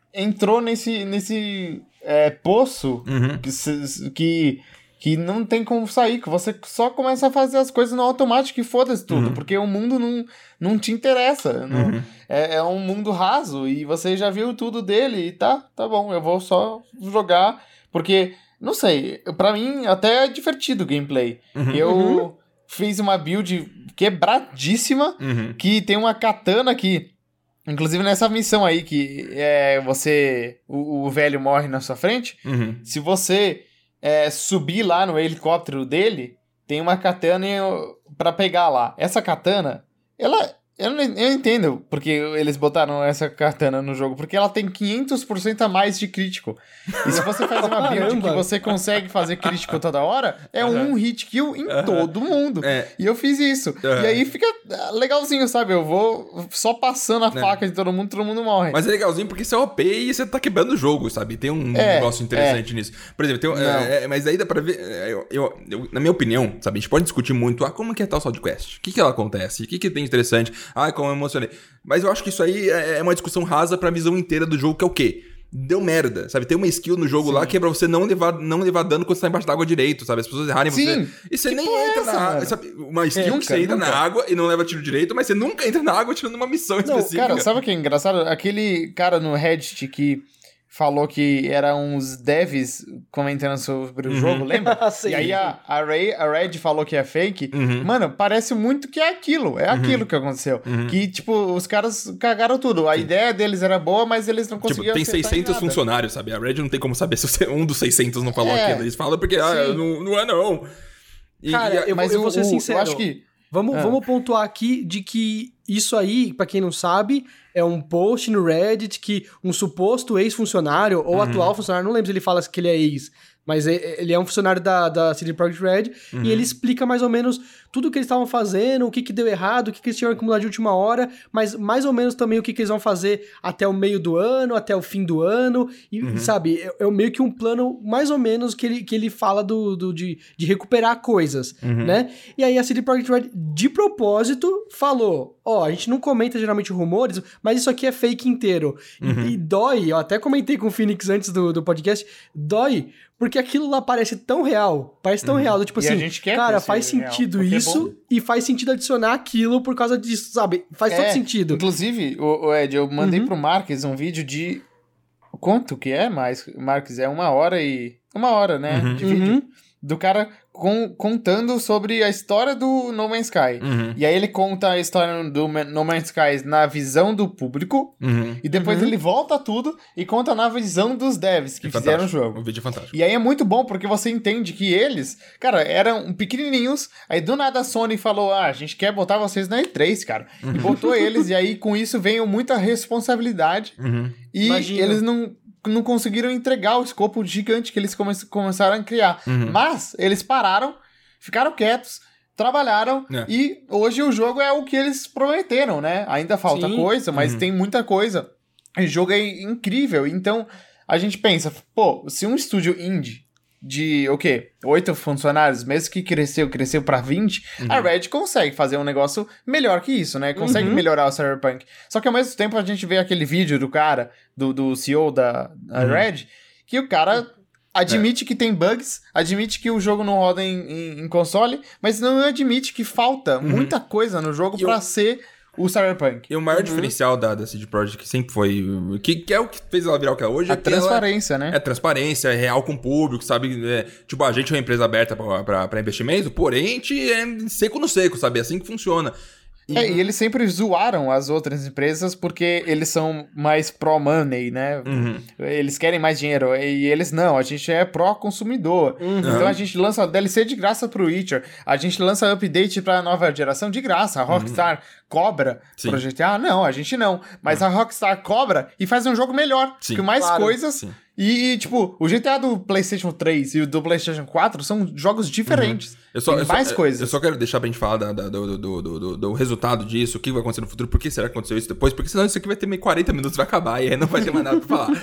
entrou nesse, nesse é, poço Uhum. que, que, que não tem como sair, que você só começa a fazer as coisas no automático e foda-se tudo, Uhum. porque o mundo não, não te interessa. Não, Uhum. é, é um mundo raso e você já viu tudo dele e tá, tá bom, eu vou só jogar, porque, não sei, pra mim até é divertido o gameplay. Uhum. Eu Uhum. fiz uma build quebradíssima, Uhum. que tem uma katana aqui. Inclusive nessa missão aí, que é você. O, o velho morre na sua frente. Uhum. Se você é, subir lá no helicóptero dele, tem uma katana eu- pra pegar lá. Essa katana, ela. Eu não eu entendo porque eles botaram essa katana no jogo, porque ela tem quinhentos por cento a mais de crítico. E se você faz uma build que Caramba. você consegue fazer crítico toda hora, é Aham. um hit kill em Aham. todo mundo. É. E eu fiz isso. Aham. E aí fica ah, legalzinho, sabe? Eu vou só passando a É. faca de todo mundo, todo mundo morre. Mas é legalzinho porque você é O P e você tá quebrando o jogo, sabe? Tem um É, negócio interessante nisso. Por exemplo, tem um, Não. é, é, mas aí dá pra ver. é, Eu, eu- eu- na minha opinião, sabe? A gente pode discutir muito. Ah, como que é tal side quest? O que que ela acontece? O que que tem de interessante? Ah, como eu emocionei. Mas eu acho que isso aí é é uma discussão rasa pra visão inteira do jogo, que é o quê? Deu merda, sabe? Tem uma skill no jogo Sim. lá que é pra você não levar, não levar dano quando você tá embaixo d'água direito, sabe? As pessoas errarem você. Sim. E você Que nem porra é entra essa, na água, mano? sabe? Uma skill que Nunca, você entra nunca. na água e não leva tiro direito, mas você nunca entra na água tirando uma missão Não, específica. cara, sabe o que é engraçado? Aquele cara no Reddit que falou que eram uns devs comentando sobre o Uhum. jogo, lembra? Sim. E aí a, a, Ray, a Red falou que é fake. Uhum. Mano, parece muito que é aquilo. É aquilo que aconteceu. Uhum. Que, tipo, os caras cagaram tudo. A ideia deles era boa, mas eles não Tipo, conseguiam tem acertar em seiscentos nada. funcionários, sabe? A Red não tem como saber se você- um dos seiscentos não falou É. aquilo. Eles falam porque, ah, Sim. não, não é não. E, Cara, e a- eu- Mas vou o- ser o- sincero. Eu acho que... Vamos, Ah. vamos pontuar aqui de que isso aí, pra quem não sabe, é um post no Reddit que um suposto ex-funcionário ou atual funcionário, não lembro se ele fala que ele é ex, mas é- ele é um funcionário da, da C D Projekt Red e ele explica mais ou menos tudo o que eles estavam fazendo, o que, que deu errado, o que, que eles tinham que mudar de última hora, mas mais ou menos também o que, que eles vão fazer até o meio do ano, até o fim do ano, e sabe, é, é meio que um plano mais ou menos que ele, que ele fala do, do- de, de recuperar coisas, né? E aí a C D Projekt Red, de propósito, falou, ó, a gente não comenta geralmente rumores, mas isso aqui é fake inteiro. E, e dói, eu até comentei com o Phoenix antes do, do podcast, dói, porque aquilo lá parece tão real, parece tão real, do tipo E a assim, gente quer cara, que faz seja real, sentido porque é isso bom. e faz sentido adicionar aquilo por causa disso, sabe? Faz todo É, sentido. Inclusive, o, o Ed, eu mandei Uhum. pro Marques um vídeo de... Quanto que é, mais Marques? É uma hora e... Uma hora, né? Uhum. De vídeo. Uhum. Do cara com- contando sobre a história do No Man's Sky. Uhum, E aí ele conta a história do Ma- No Man's Sky na visão do público. uhum. E depois Uhum. ele volta tudo e conta na visão dos devs que É fizeram o fantástico. jogo. O vídeo é fantástico. E aí é muito bom porque você entende que eles, cara, eram pequenininhos. Aí do nada a Sony falou: ah, a gente quer botar vocês na E três, cara. E botou eles. E aí com isso veio muita responsabilidade. Uhum. E Imagina. eles não, não conseguiram entregar o escopo gigante que eles come- começaram a criar. Uhum. Mas eles pararam, ficaram quietos, trabalharam É. e hoje o jogo é o que eles prometeram, né? Ainda falta Sim. coisa, mas Uhum. tem muita coisa. O jogo é incrível. Então a gente pensa, pô, se um estúdio indie de, o quê? Oito funcionários, mesmo que cresceu, cresceu pra vinte, a Red consegue fazer um negócio melhor que isso, né? Consegue Uhum. melhorar o Cyberpunk. Só que ao mesmo tempo a gente vê aquele vídeo do cara, do, do C E O da, da Uhum. Red, que o cara admite que tem bugs, admite que o jogo não roda em, em- em console, mas não admite que falta muita coisa no jogo E pra eu- ser o Cyberpunk. E o maior diferencial da, da C D Projekt, que sempre foi... Que, que é o que fez ela virar o que é hoje, A é que ela- transparência, né? É transparência, é real com o público, sabe? É, tipo, a gente é uma empresa aberta pra, pra, pra investimento, porém a gente é seco no seco, sabe? É assim que funciona. É, e eles sempre zoaram as outras empresas porque eles são mais pró-money, né? Uhum. Eles querem mais dinheiro. E eles não, a gente é pró-consumidor. Então a gente lança D L C de graça pro Witcher. A gente lança update pra nova geração de graça. A Rockstar cobra Sim. pro G T A? Não, a gente não. Mas a Rockstar cobra e faz um jogo melhor. Sim. Com mais Claro. coisas. Sim. E, tipo, o G T A do PlayStation três e o do PlayStation quatro são jogos diferentes. Eu só, Tem eu só- mais eu- coisas. Eu só quero deixar pra gente falar da- da- do, do, do, do, do resultado disso, o que vai acontecer no futuro, por que será que aconteceu isso depois, porque senão isso aqui vai ter meio quarenta minutos, vai acabar e aí não vai ter mais nada pra falar.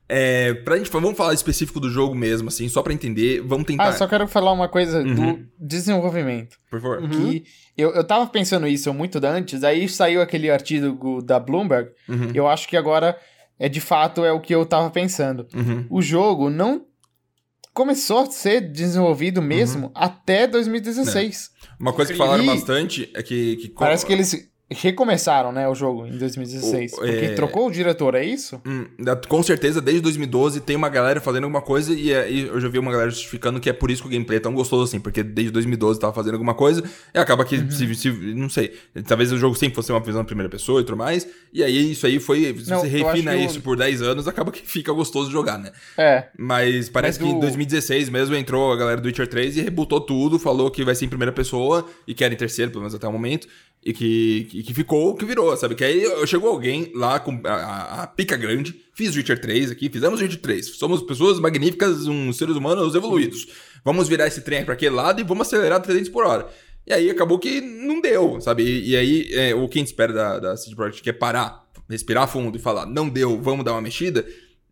É, pra gente, vamos falar específico do jogo mesmo, assim, só pra entender, vamos tentar... Ah, só quero falar uma coisa Uhum. do desenvolvimento. Por favor. Que eu, eu tava pensando isso muito antes, aí saiu aquele artigo da Bloomberg, Uhum. eu acho que agora é de fato é o que eu tava pensando. Uhum. O jogo não começou a ser desenvolvido mesmo Uhum. até dois mil e dezesseis. Uma coisa que falaram E bastante é que... que parece que eles recomeçaram, né, o jogo em dois mil e dezesseis. O- porque é- trocou o diretor, é isso? Hum, da- com certeza, desde dois mil e doze tem uma galera fazendo alguma coisa e, é- e eu já vi uma galera justificando que é por isso que o gameplay é tão gostoso assim, porque desde dois mil e doze tava fazendo alguma coisa e acaba que, se, se- não sei, talvez o jogo sempre fosse uma visão em primeira pessoa e tudo mais, e aí isso aí foi, se Não, você eu acho refina que o- isso por dez anos, acaba que fica gostoso de jogar, né? É. Mas parece Mas que em o- dois mil e dezesseis mesmo entrou a galera do Witcher três e rebutou tudo, falou que vai ser em primeira pessoa e que era em terceiro, pelo menos até o momento. E que, que, que ficou o que virou, sabe? Que aí chegou alguém lá com a, a, a pica grande, fiz Witcher três aqui, fizemos Witcher três. Somos pessoas magníficas, uns seres humanos evoluídos. Vamos virar esse trem pra aquele lado e vamos acelerar trezentos por hora. E aí acabou que não deu, sabe? E, e aí é, o que a gente espera da, da C D Projekt, que é parar, respirar fundo e falar, não deu, vamos dar uma mexida,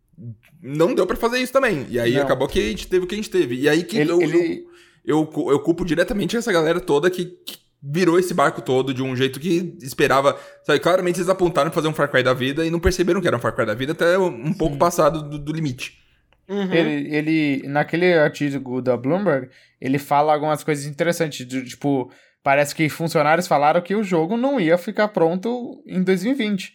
não deu pra fazer isso também. E aí Não. acabou que a gente teve o que a gente teve. E aí que Ele- eu, ele- eu, eu, eu culpo diretamente essa galera toda que, que virou esse barco todo de um jeito que esperava. Sabe, claramente eles apontaram pra fazer um Far Cry da vida e não perceberam que era um Far Cry da vida até um pouco passado do, do limite. Uhum. Ele, ele, naquele artigo da Bloomberg, ele fala algumas coisas interessantes, de, tipo, parece que funcionários falaram que o jogo não ia ficar pronto em dois mil e vinte.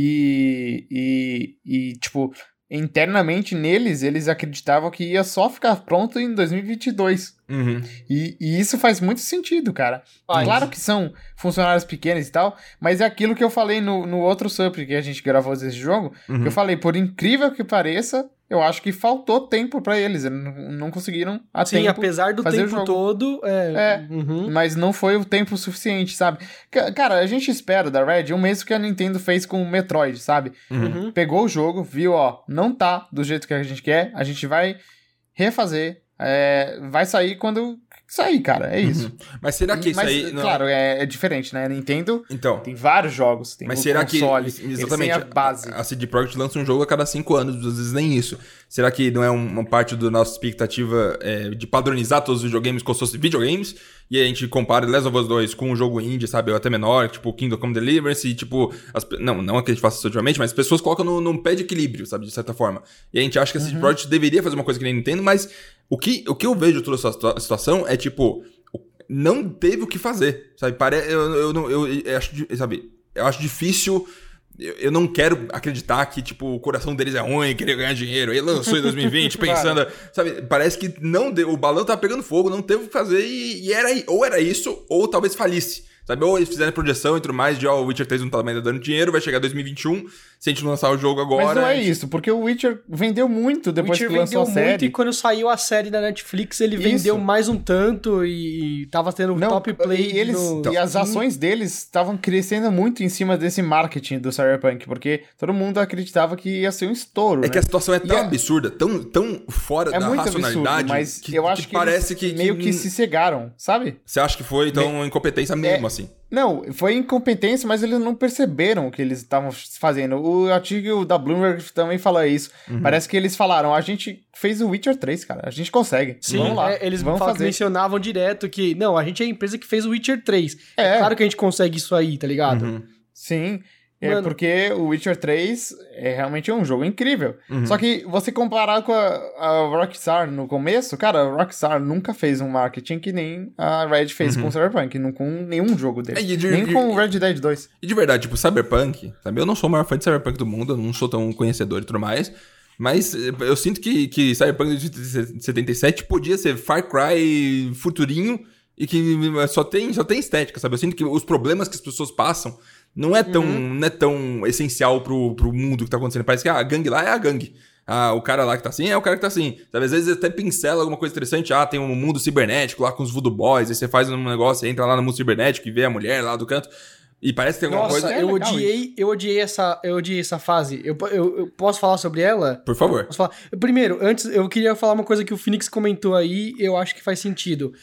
E, e, e tipo, internamente neles, eles acreditavam que ia só ficar pronto em dois mil e vinte e dois. Uhum. E, e isso faz muito sentido, cara. Faz. Claro que são funcionários pequenos e tal, mas é aquilo que eu falei no, no outro sup que a gente gravou desse jogo, Uhum. que eu falei, por incrível que pareça, eu acho que faltou tempo pra eles, eles não, não conseguiram a Sim, tempo, apesar do fazer o tempo jogo. todo. É. É. Uhum. mas não foi o tempo suficiente, sabe? Ca- Cara, a gente espera da Red o mesmo que a Nintendo fez com o Metroid, sabe? Uhum. Pegou o jogo, viu, ó, não tá do jeito que a gente quer, a gente vai refazer, é, vai sair quando sair, cara, é isso. Uhum. Mas será que isso Mas, aí... não- claro, é, é diferente, né? A Nintendo Então... tem vários jogos, tem Mas o será console, que... eles Exatamente. têm a base. A C D Projekt lança um jogo a cada cinco anos, às vezes nem isso. Será que não é uma parte da nossa expectativa é, de padronizar todos os videogames como se fossem videogames? E aí a gente compara Last of Us dois com um jogo indie, sabe? Ou até menor, tipo Kingdom Come Deliverance e tipo... As, não, não é que a gente faça isso ultimamente, mas as pessoas colocam no, num pé de equilíbrio, sabe? De certa forma. E a gente acha que a C D Projekt deveria fazer uma coisa que nem Nintendo, mas o que, o que eu vejo de toda essa situa- situação é tipo... Não teve o que fazer, sabe? Pare... Eu, eu, não- eu, eu acho, di- sabe? Eu acho difícil... Eu, eu não quero acreditar que, tipo, o coração deles é ruim, querer ganhar dinheiro. Aí lançou em dois mil e vinte pensando... Sabe? Parece que não deu... O balão tava pegando fogo, não teve o que fazer e, e era... Ou era isso, ou talvez falisse. Sabe? Ou eles fizeram projeção e tudo mais de, ó, o Witcher três não tá mais dando dinheiro, vai chegar dois mil e vinte e um, se a gente não lançar o jogo agora... Mas não é a gente- isso, porque o Witcher vendeu muito O depois Witcher que lançou vendeu a muito série. e quando saiu a série da Netflix ele Isso. vendeu mais um tanto e, e tava tendo Não, top play. e, eles, no... e as ações deles estavam crescendo muito em cima desse marketing do Cyberpunk, porque todo mundo acreditava que ia ser um estouro, É né? que a situação é tão E é- absurda, tão, tão fora É da muito racionalidade... absurdo, mas que, eu acho que, parece eles que... meio que se cegaram, sabe? Você acha que foi, então, incompetência mesmo, assim? Não, foi incompetência, mas eles não perceberam o que eles estavam fazendo. O artigo da Bloomberg também fala isso. Uhum. Parece que eles falaram, a gente fez o Witcher três, cara, a gente consegue. Sim, vamos lá, é, eles vamos falam- fazer. mencionavam direto que, não, a gente é a empresa que fez o Witcher três. É, É. claro que a gente consegue isso aí, tá ligado? Uhum. Sim, é Mano. porque o Witcher três é realmente um jogo incrível. Uhum. Só que você comparar com a, a Rockstar no começo, cara, a Rockstar nunca fez um marketing que nem a Red fez com o Cyberpunk, não com nenhum jogo dele. É, e de- nem de- com o Red Dead dois. E de verdade, tipo, Cyberpunk, sabe? Eu não sou o maior fã de Cyberpunk do mundo, eu não sou tão conhecedor e tudo mais. Mas eh, eu sinto que, que Cyberpunk dois mil e setenta e sete podia ser Far Cry futurinho e que só tem, só tem estética, sabe? Eu sinto que os problemas que as pessoas passam não é tão, não é tão essencial pro, pro mundo que tá acontecendo. Parece que ah, a gangue lá é a gangue. Ah, o cara lá que tá assim é o cara que tá assim. Sabe? Às vezes até pincela alguma coisa interessante. Ah, tem um mundo cibernético lá com os voodoo boys. Aí você faz um negócio, entra lá no mundo cibernético e vê a mulher lá do canto. E parece que tem alguma Nossa, coisa... eu legal odiei, eu odiei essa, eu odiei essa fase. Eu, eu, eu posso falar sobre ela? Por favor. Posso falar? Primeiro, antes, eu queria falar uma coisa que o Phoenix comentou aí, eu acho que faz sentido.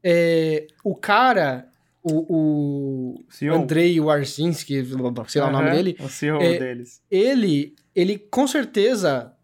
É, o cara, o, o C E O. Andrei Warzinski, sei lá o nome Aham, dele, O C E O É, deles. ele, ele com certeza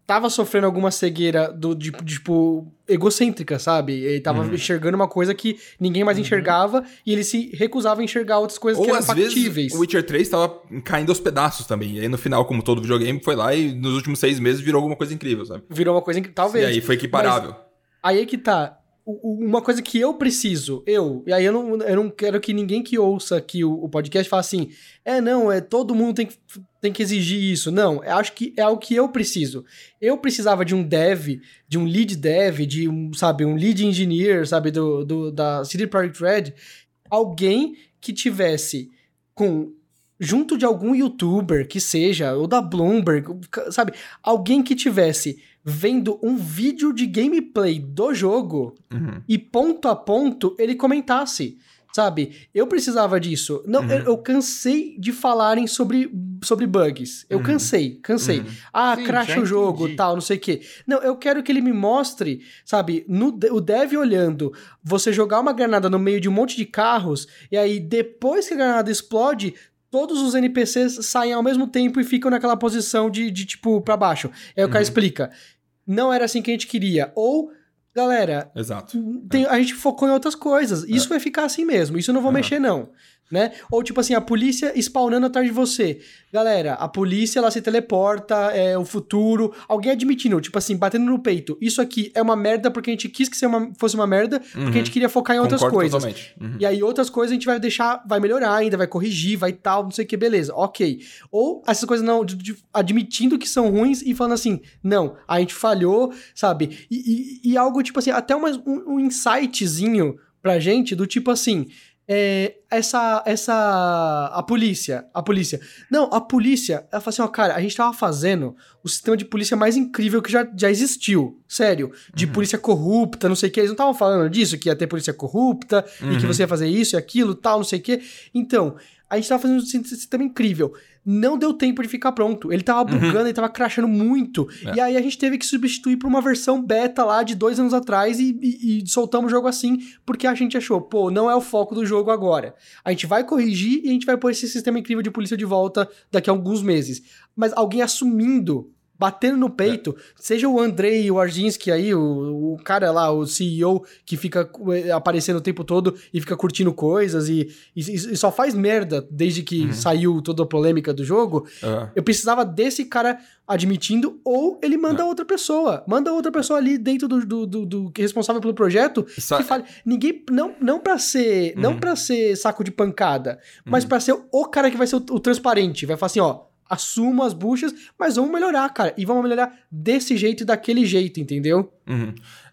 tava sofrendo alguma cegueira do, de, de, tipo, egocêntrica, sabe? Ele tava Uhum. enxergando uma coisa que ninguém mais enxergava e ele se recusava a enxergar outras coisas Ou que eram às factíveis. vezes o Witcher três tava caindo aos pedaços também. E aí no final, como todo videogame, foi lá e nos últimos seis meses virou alguma coisa incrível, sabe? Virou uma coisa que talvez. E aí foi equiparável. Mas aí é que tá. O- o- Uma coisa que eu preciso, eu, e aí eu não, eu não quero que ninguém que ouça aqui o, o podcast fale assim, é não, é todo mundo tem que, tem que exigir isso. Não, eu acho que é o que eu preciso. Eu precisava de um dev, de um lead dev, de um, sabe, um lead engineer, sabe, do, do, da C D Projekt Red, alguém que tivesse com... junto de algum youtuber que seja, ou da Bloomberg, sabe? Alguém que tivesse vendo um vídeo de gameplay do jogo Uhum. e ponto a ponto ele comentasse, sabe? Eu precisava disso. Não, Uhum. eu, eu cansei de falarem sobre, sobre bugs. Eu Uhum. cansei, cansei. Uhum. Ah, Sim, cracha já o jogo, entendi. tal, não sei o quê. Não, eu quero que ele me mostre, sabe, no, de- o dev olhando, você jogar uma granada no meio de um monte de carros, e aí depois que a granada explode, todos os N P Cs saem ao mesmo tempo e ficam naquela posição de, de tipo, pra baixo. Aí o cara Uhum. explica. Não era assim que a gente queria. Ou, galera, Exato. tem- a gente focou em outras coisas. Isso vai ficar assim mesmo. Isso eu não vou Aham. mexer, não. Né? Ou tipo assim, a polícia spawnando atrás de você. Galera, a polícia, ela se teleporta, é o futuro. Alguém admitindo, tipo assim, batendo no peito. Isso aqui é uma merda porque a gente quis que seja uma- fosse uma merda, porque Uhum. a gente queria focar em outras Concordo coisas. totalmente. Uhum. E aí outras coisas a gente vai deixar, vai melhorar ainda, vai corrigir, vai tal, não sei o que, beleza, ok. Ou essas coisas não, de- de- admitindo que são ruins e falando assim, não, a gente falhou, sabe? E, e- e algo tipo assim, até uma- um, um insightzinho pra gente do tipo assim, é, essa, essa, a polícia, a polícia. Não, a polícia, ela fala assim, ó, cara, a gente tava fazendo o sistema de polícia mais incrível que já, já existiu, sério, de polícia corrupta, não sei o que, eles não estavam falando disso, que ia ter polícia corrupta, e que Uhum. você ia fazer isso e aquilo, tal, não sei o que. Então, a gente tava fazendo um si- sistema incrível. Não deu tempo de ficar pronto. Ele tava bugando, ele tava crashando muito. É. E aí a gente teve que substituir por uma versão beta lá de dois anos atrás e, e- e soltamos o jogo assim, porque a gente achou, pô, não é o foco do jogo agora. A gente vai corrigir e a gente vai pôr esse sistema incrível de polícia de volta daqui a alguns meses. Mas alguém assumindo, batendo no peito, seja o Andrei Wajcinski aí, o, o cara lá, o C E O, que fica eh, aparecendo o tempo todo e fica curtindo coisas e, e- e só faz merda desde que saiu toda a polêmica do jogo. Aham. Eu precisava desse cara admitindo, ou ele manda outra pessoa. Manda outra pessoa ali dentro do, do, do, do que é responsável pelo projeto Sa- que fale. Ninguém. Não, não pra ser. Não Uhum. pra ser saco de pancada, mas pra ser o cara que vai ser o, o transparente. Vai falar assim, ó. Assuma as buchas, mas vamos melhorar, cara. E vamos melhorar desse jeito e daquele jeito, entendeu? Uhum.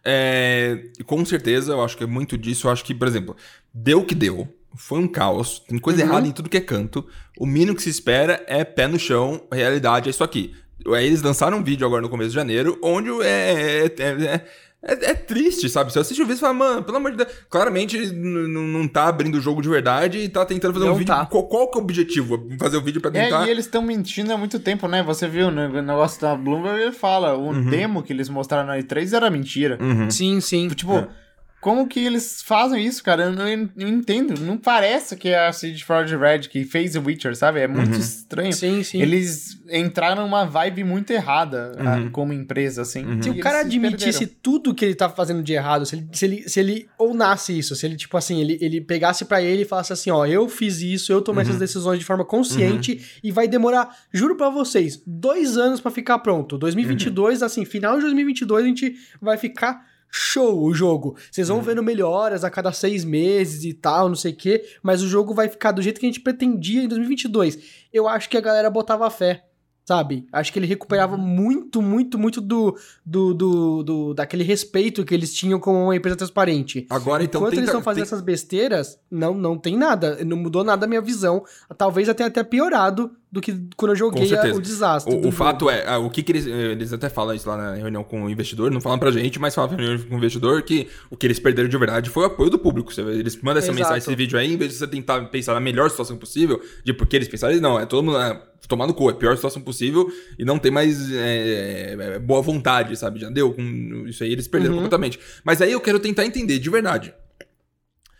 É, com certeza, eu acho que é muito disso. Eu acho que, por exemplo, deu o que deu. Foi um caos. Tem coisa Uhum. errada em tudo que é canto. O mínimo que se espera é pé no chão. Realidade é isso aqui. Aí eles lançaram um vídeo agora no começo de janeiro, onde é... é, é É, é triste, sabe? Você assiste o vídeo e fala, mano, pelo amor de Deus, claramente n- n- não tá abrindo o jogo de verdade e tá tentando fazer Não um vídeo. tá. Qual, qual que é o objetivo? Fazer o vídeo pra É, tentar. e eles estão mentindo há muito tempo, né? Você viu no negócio da Bloomberg, ele fala, o demo que eles mostraram na E três era mentira. Uhum. Sim, sim. Tipo, É. como que eles fazem isso, cara? Eu não, eu não entendo. Não parece que é a C D Projekt Red que fez o Witcher, sabe? É muito estranho. Sim, sim. Eles entraram numa vibe muito errada ah, Uhum. como empresa, assim. Se E o cara eles se admitisse perderam. tudo que ele tá fazendo de errado, se ele, se ele, se ele ou nasce isso, se ele, tipo assim, ele, ele pegasse pra ele e falasse assim, ó, eu fiz isso, eu tomei essas decisões de forma consciente e vai demorar, juro pra vocês, dois anos pra ficar pronto. dois mil e vinte e dois, assim, final de dois mil e vinte e dois a gente vai ficar show o jogo. Vocês vão vendo melhoras a cada seis meses e tal, não sei o quê, mas o jogo vai ficar do jeito que a gente pretendia em dois mil e vinte e dois. Eu acho que a galera botava fé. Sabe? Acho que ele recuperava muito, muito, muito do, do, do, do- daquele respeito que eles tinham como uma empresa transparente. Agora, então, Enquanto tenta- eles estão fazendo tem- essas besteiras, não, não tem nada. Não mudou nada a minha visão. Talvez até até piorado do que quando eu joguei Com certeza. a- o desastre. O, do o jogo. fato é, ah, o que, que eles. Eles até falam isso lá na reunião com o investidor, não falam pra gente, mas falam pra reunião com o investidor que o que eles perderam de verdade foi o apoio do público. Você- Eles mandam essa Exato. mensagem, esse vídeo aí, em vez de você tentar pensar na melhor situação possível, de por que eles pensaram, eles, não, é todo mundo. É, tomar no cu, é a pior situação possível e não tem mais é, é, boa vontade, sabe? Já deu com isso aí, eles perderam Uhum. completamente. Mas aí eu quero tentar entender, de verdade.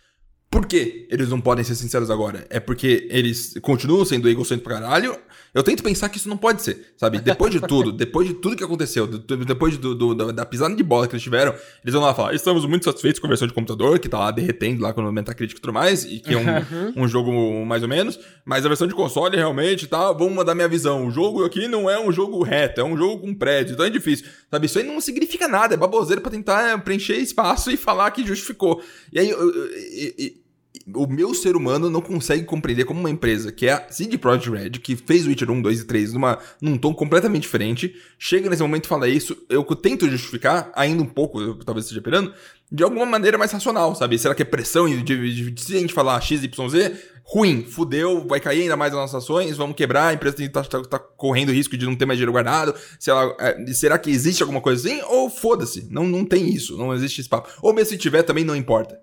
Por que eles não podem ser sinceros agora? É porque eles continuam sendo egocêntricos pra caralho? Eu tento pensar que isso não pode ser, sabe? Depois de tudo, depois de tudo que aconteceu, depois do, do, do, da pisada de bola que eles tiveram, eles vão lá falar, estamos muito satisfeitos com a versão de computador, que tá lá derretendo lá com o Metacritic e tudo mais, e que é um, um jogo mais ou menos, mas a versão de console realmente tá, vamos mandar minha visão, o jogo aqui não é um jogo reto, é um jogo com prédio, então é difícil, sabe? Isso aí não significa nada, é baboseira pra tentar preencher espaço e falar que justificou. E aí, eu, eu, eu, eu, o meu ser humano não consegue compreender como uma empresa que é a C D Projekt Red, que fez o Witcher um, dois e três numa, num tom completamente diferente, chega nesse momento e fala isso, eu tento justificar, ainda um pouco, eu talvez esteja pirando, de alguma maneira mais racional, sabe? Será que é pressão de, de, de, de se a gente falar X Y Z, ruim, fudeu, vai cair ainda mais as nossas ações, vamos quebrar, a empresa tá, tá, tá correndo risco de não ter mais dinheiro guardado, sei lá, é, será que existe alguma coisa assim? Ou foda-se, não, não tem isso, não existe esse papo. Ou mesmo se tiver, também não importa.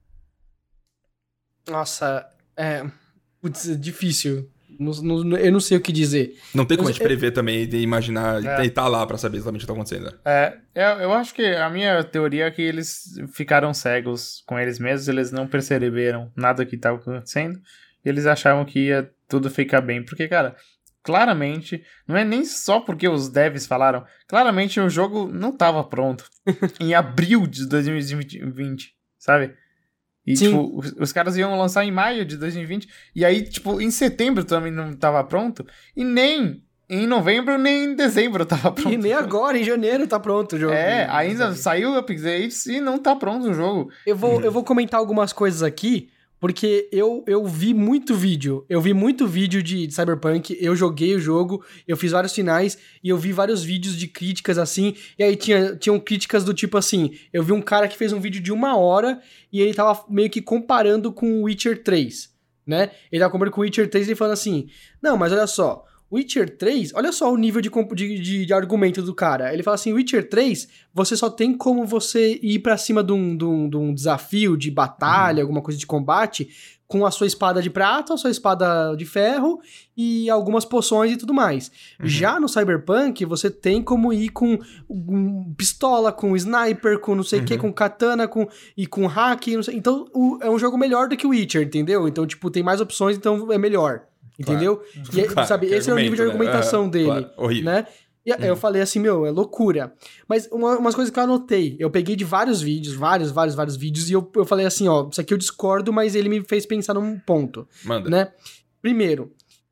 Nossa, é... Putz, é difícil. Não, não, eu não sei o que dizer. Não tem como eu, a gente prever também e imaginar é. e estar tá lá pra saber exatamente o que tá acontecendo. Né? É, eu, eu acho que a minha teoria é que eles ficaram cegos com eles mesmos, eles não perceberam nada que estava acontecendo, e eles achavam que ia tudo ficar bem, porque, cara, claramente, não é nem só porque os devs falaram, claramente o jogo não estava pronto em abril de dois mil e vinte, sabe? E, Sim. tipo, os, os caras iam lançar em maio de dois mil e vinte, e aí, tipo, em setembro também não tava pronto, e nem em novembro, nem em dezembro tava pronto. E nem agora, em janeiro, tá pronto o jogo. É, ainda saiu updates e não tá pronto o jogo. Eu vou, eu vou comentar algumas coisas aqui, porque eu, eu vi muito vídeo, eu vi muito vídeo de, de Cyberpunk, eu joguei o jogo, eu fiz vários finais, e eu vi vários vídeos de críticas assim, e aí tinha, tinham críticas do tipo assim, eu vi um cara que fez um vídeo de uma hora, e ele tava meio que comparando com Witcher três, né? Ele tava comparando com Witcher três e falando assim, não, mas olha só, Witcher três, olha só o nível de, de, de, de argumento do cara. Ele fala assim, Witcher três, você só tem como você ir pra cima de um, de um, de um desafio de batalha, uhum. alguma coisa de combate, com a sua espada de prata, a sua espada de ferro e algumas poções e tudo mais. Uhum. Já no Cyberpunk, você tem como ir com um, pistola, com sniper, com não sei o uhum. que, com katana, com, e com hack, não sei. Então, o, é um jogo melhor do que o Witcher, entendeu? Então, tipo, tem mais opções, então é melhor. Entendeu? Claro. E, claro, sabe, esse é o nível de argumentação né? dele, claro. Horrível. Né? E hum. eu falei assim, meu, é loucura. Mas uma, umas coisas que eu anotei, eu peguei de vários vídeos, vários, vários, vários vídeos, e eu, eu falei assim, ó, isso aqui eu discordo, mas ele me fez pensar num ponto. Manda. Né? Primeiro,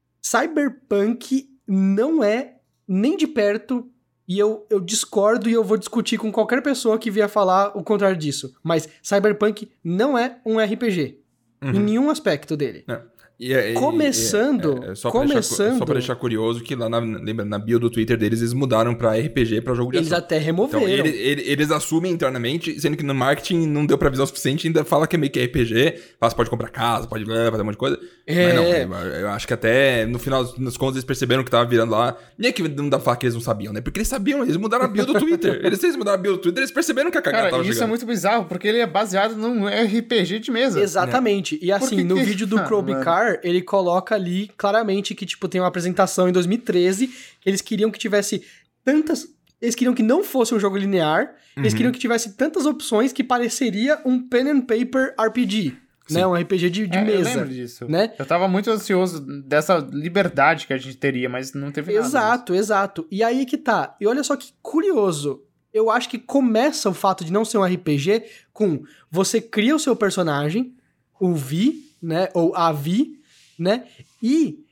Cyberpunk não é nem de perto, e eu, eu discordo e eu vou discutir com qualquer pessoa que vier falar o contrário disso, mas Cyberpunk não é um R P G. Uhum. Em nenhum aspecto dele. Não. E, e, começando, é, é, só começando... Pra deixar, só pra deixar curioso que lá na, lembra, na bio do Twitter deles, eles mudaram pra R P G, pra jogo de eles ação. Eles até removeram. Então, ele, ele, eles assumem internamente, sendo que no marketing não deu previsão suficiente, ainda fala que é meio que R P G, fala, você pode comprar casa, pode fazer um monte de coisa. É. Mas não, eu, eu acho que até no final das contas eles perceberam que tava virando lá. Nem é que não dá pra falar que eles não sabiam, né? Porque eles sabiam, eles mudaram a bio do Twitter. Eles, eles mudaram a bio do Twitter, eles perceberam que a cagada Cara, tava isso chegando. é muito bizarro, porque ele é baseado num R P G de mesa. Exatamente. Né? E assim, que no que... vídeo do ah, Crowbar, ele coloca ali claramente que, tipo, tem uma apresentação em dois mil e treze, que eles queriam que tivesse tantas... Eles queriam que não fosse um jogo linear, uhum. eles queriam que tivesse tantas opções que pareceria um pen and paper R P G. Sim. Né? Um R P G de, de é, mesa. Eu lembro disso. Né? Eu tava muito ansioso dessa liberdade que a gente teria, mas não teve nada. Exato, disso. exato. E aí que tá. E olha só que curioso. Eu acho que começa o fato de não ser um R P G com você cria o seu personagem, o Vi, né? Ou a Vi, né? E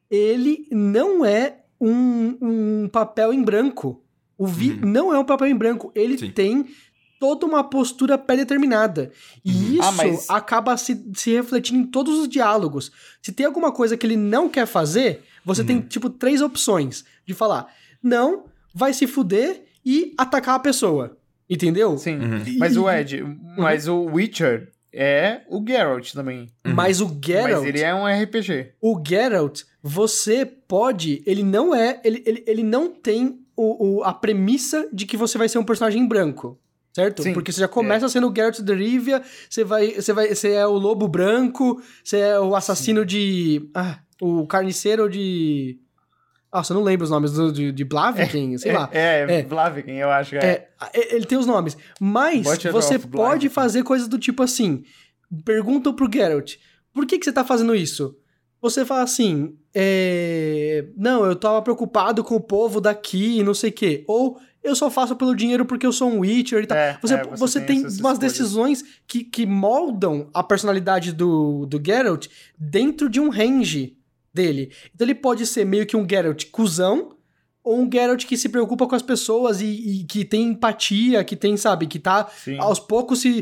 ele não é um, um papel em branco. O Vi uhum. não é um papel em branco. Ele Sim. tem toda uma postura pré-determinada. E uhum. isso ah, mas... acaba se, se refletindo em todos os diálogos. Se tem alguma coisa que ele não quer fazer, você uhum. tem, tipo, três opções de falar, não, vai se fuder e atacar a pessoa. Entendeu? Sim. Uhum. Mas o Ed, uhum. mas o Witcher é o Geralt também. Uhum. Mas o Geralt... Mas ele é um R P G. O Geralt, você pode... Ele não é... Ele, ele, ele não tem o, o, a premissa de que você vai ser um personagem em branco. Certo? Sim, Porque você já começa é. sendo o Geralt de Rivia, você vai, você vai, você é o lobo branco, você é o assassino Sim. de... Ah, o carniceiro de... Nossa, eu não lembro os nomes do, de, de Blaviken, é, sei é, lá. É, é, Blaviken, eu acho que é. é. Ele tem os nomes. Mas Butcher você pode fazer coisas do tipo assim... perguntam pro Geralt, por que que você tá fazendo isso? Você fala assim, é... não, eu tava preocupado com o povo daqui e não sei o quê. Ou eu só faço pelo dinheiro porque eu sou um Witcher e tal. É, você, é, você, você tem, tem umas essas escolhas. decisões que, que moldam a personalidade do, do Geralt dentro de um range dele. Então ele pode ser meio que um Geralt cuzão, ou um Geralt que se preocupa com as pessoas e, e que tem empatia, que tem, sabe, que tá Sim. aos poucos se,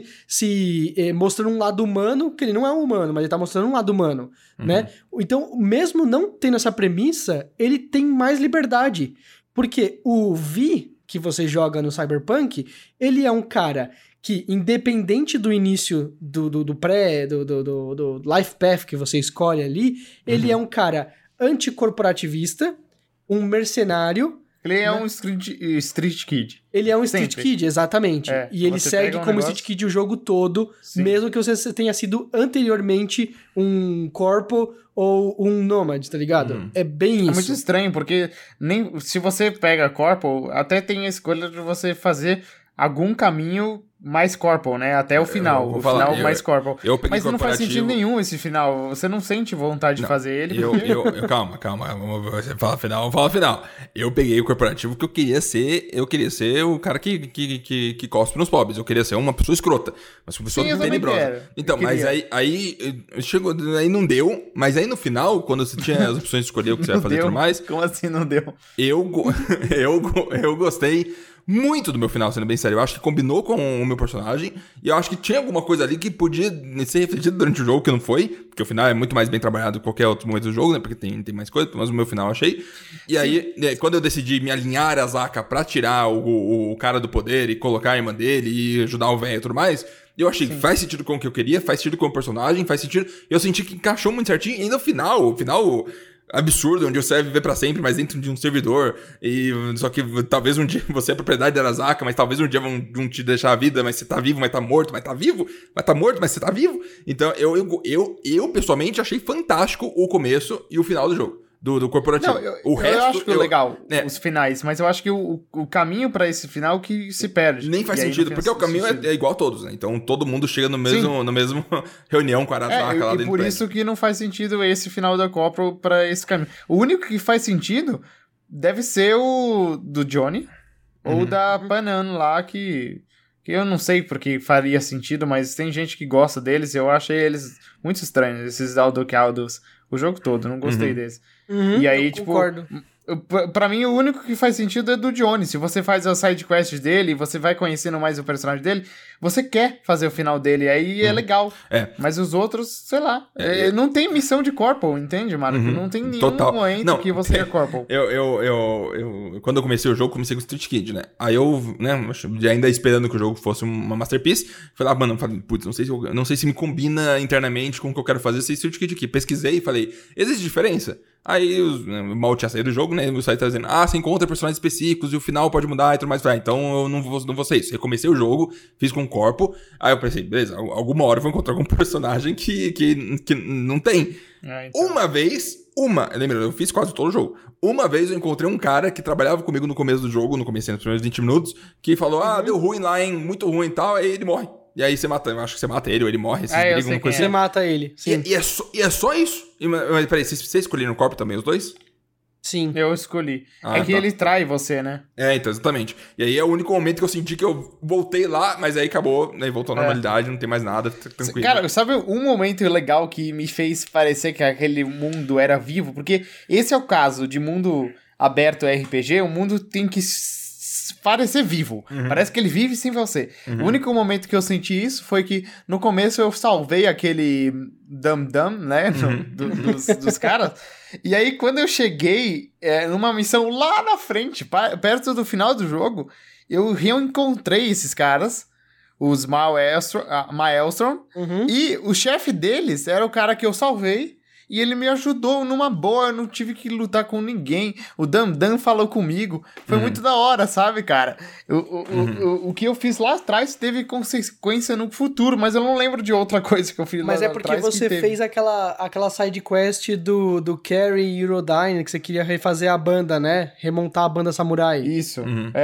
se eh, mostrando um lado humano, que ele não é um humano, mas ele tá mostrando um lado humano, Uhum. né? Então, mesmo não tendo essa premissa, ele tem mais liberdade. Porque o Vi, que você joga no Cyberpunk, ele é um cara que, independente do início do, do, do pré, do, do, do, do life path que você escolhe ali, ele Uhum. é um cara anticorporativista, um mercenário. Ele é Né? um street, street kid. Ele é um Street Sempre. Kid, exatamente. É, e ele você segue pega um como negócio- Street Kid o jogo todo, Sim. mesmo que você tenha sido anteriormente um corpo ou um nômade, tá ligado? Uhum. É bem É isso. muito estranho, porque nem se você pega Corpo, até tem a escolha de você fazer algum caminho mais Corpo, né? Até o final. vou O falar, final eu- mais Corpo. eu peguei Mas não faz corporativo- sentido nenhum esse final. Você não sente vontade Não, de fazer ele. Eu, porque- eu, eu- calma, calma. vamos- Você fala final, vamos falar final. Eu peguei o corporativo que eu queria ser. Eu queria ser o cara que, que, que, que cospe nos pobres. Eu queria ser uma pessoa escrota. Mas uma pessoa Sim, eu também tenebrosa. quero. Então, Eu mas queria. aí, aí eh, chegou. Aí não deu. Mas aí no final, quando você tinha as opções de escolher o que você ia Não fazer e deu. tudo mais, Como assim não deu? eu, go- eu, go- eu gostei muito do meu final, sendo bem sério. Eu acho que combinou com o meu personagem. E eu acho que tinha alguma coisa ali que podia ser refletida durante o jogo, que não foi. Porque o final é muito mais bem trabalhado do que qualquer outro momento do jogo, né? Porque tem, tem mais coisa, mas o meu final eu achei. E aí, né, quando eu decidi me alinhar a Zaka pra tirar o, o, o cara do poder e colocar a irmã dele e ajudar o velho e tudo mais, eu achei que faz sentido com o que eu queria, faz sentido com o personagem, faz sentido. Eu senti que encaixou muito certinho. E ainda o final, o final absurdo, onde você vai viver pra sempre, mas dentro de um servidor, e só que talvez um dia você é propriedade da Arasaka, mas talvez um dia vão, vão te deixar a vida, mas você tá vivo, mas tá morto, mas tá vivo, mas tá morto, mas você tá vivo. Então eu, eu, eu, eu pessoalmente achei fantástico o começo e o final do jogo, do, do corporativo. Não, eu, o eu resto, acho que é legal é. os finais, mas eu acho que o, o caminho pra esse final que se perde. Nem faz E aí sentido, não porque o faz caminho é, sentido. é igual a todos, né? Então todo mundo chega no mesmo, no mesmo reunião com a Arasaka É, lá e dentro por do prédio. isso que não faz sentido esse final da Corporal pra esse caminho. O único que faz sentido deve ser o do Johnny Uhum. ou da Panan lá, que, que eu não sei porque faria sentido, mas tem gente que gosta deles e eu achei eles muito estranhos, esses Aldocaldos, o jogo todo, não gostei Uhum. deles. Uhum, E aí, eu tipo, concordo. Pra- Pra mim, o único que faz sentido é do Johnny. Se você faz as side quests dele, você vai conhecendo mais o personagem dele, você quer fazer o final dele, aí é legal. É. Mas os outros, sei lá. É, é, não tem missão de Corporal, entende, Marco? Uhum. Não tem nenhum Total. momento Não, que você é Corporal. Eu, eu, eu, eu, quando eu comecei o jogo, comecei com Street Kid, né? Aí eu, né, ainda esperando que o jogo fosse uma masterpiece, falei, ah, mano, falei, putz, não sei se eu, não sei se me combina internamente com o que eu quero fazer esse Street Kid aqui. Pesquisei e falei, existe diferença? Aí, os, né, mal tinha saído do jogo, né? O site tá dizendo, ah, você encontra personagens específicos e o final pode mudar e tudo mais. Falei, ah, então eu não vou, não vou ser isso. Recomecei o jogo, fiz com o corpo. Aí eu pensei, beleza, alguma hora eu vou encontrar algum personagem que, que, que não tem. É, então. Uma vez, uma, lembra, eu fiz quase todo o jogo. Uma vez eu encontrei um cara que trabalhava comigo no começo do jogo, no começo, nos primeiros vinte minutos, que falou, ah, deu ruim lá, hein, muito ruim e tal, aí ele morre. E aí você mata, eu acho que você mata ele, ou ele morre, vocês Ah, eu brigam, sei uma coisa quem Você mata ele. Sim. E, e, é só, e é só isso? E, mas, mas peraí, vocês, vocês escolheram o corpo também, os dois? Sim. Eu escolhi. Ah, é que tá. ele trai você, né? É, então, exatamente. E aí é o único momento que eu senti que eu voltei lá, mas aí acabou, né, voltou à É. normalidade, não tem mais nada, tá tranquilo. Cara, sabe um momento legal que me fez parecer que aquele mundo era vivo? Porque esse é o caso de mundo aberto R P G, o mundo tem que s- parecer vivo. Parece que ele vive sem você. O único momento que eu senti isso foi que no começo eu salvei aquele Dum Dum, né? no- do- dos, dos caras. E aí quando eu cheguei é, numa missão lá na frente, pa- perto do final do jogo, eu reencontrei esses caras. Os Maelstrom, ah, Maelstrom Uhum. e o chefe deles era o cara que eu salvei. E ele me ajudou numa boa, eu não tive que lutar com ninguém. O Dan Dan falou comigo. Foi muito da hora, sabe, cara? O, o, o, o, o que eu fiz lá atrás teve consequência no futuro, mas eu não lembro de outra coisa que eu fiz Mas lá é porque atrás que você teve. fez aquela, aquela side quest do, do Carrie Eurodyne, que você queria refazer a banda, né? Remontar a banda samurai. Isso, Uhum. é.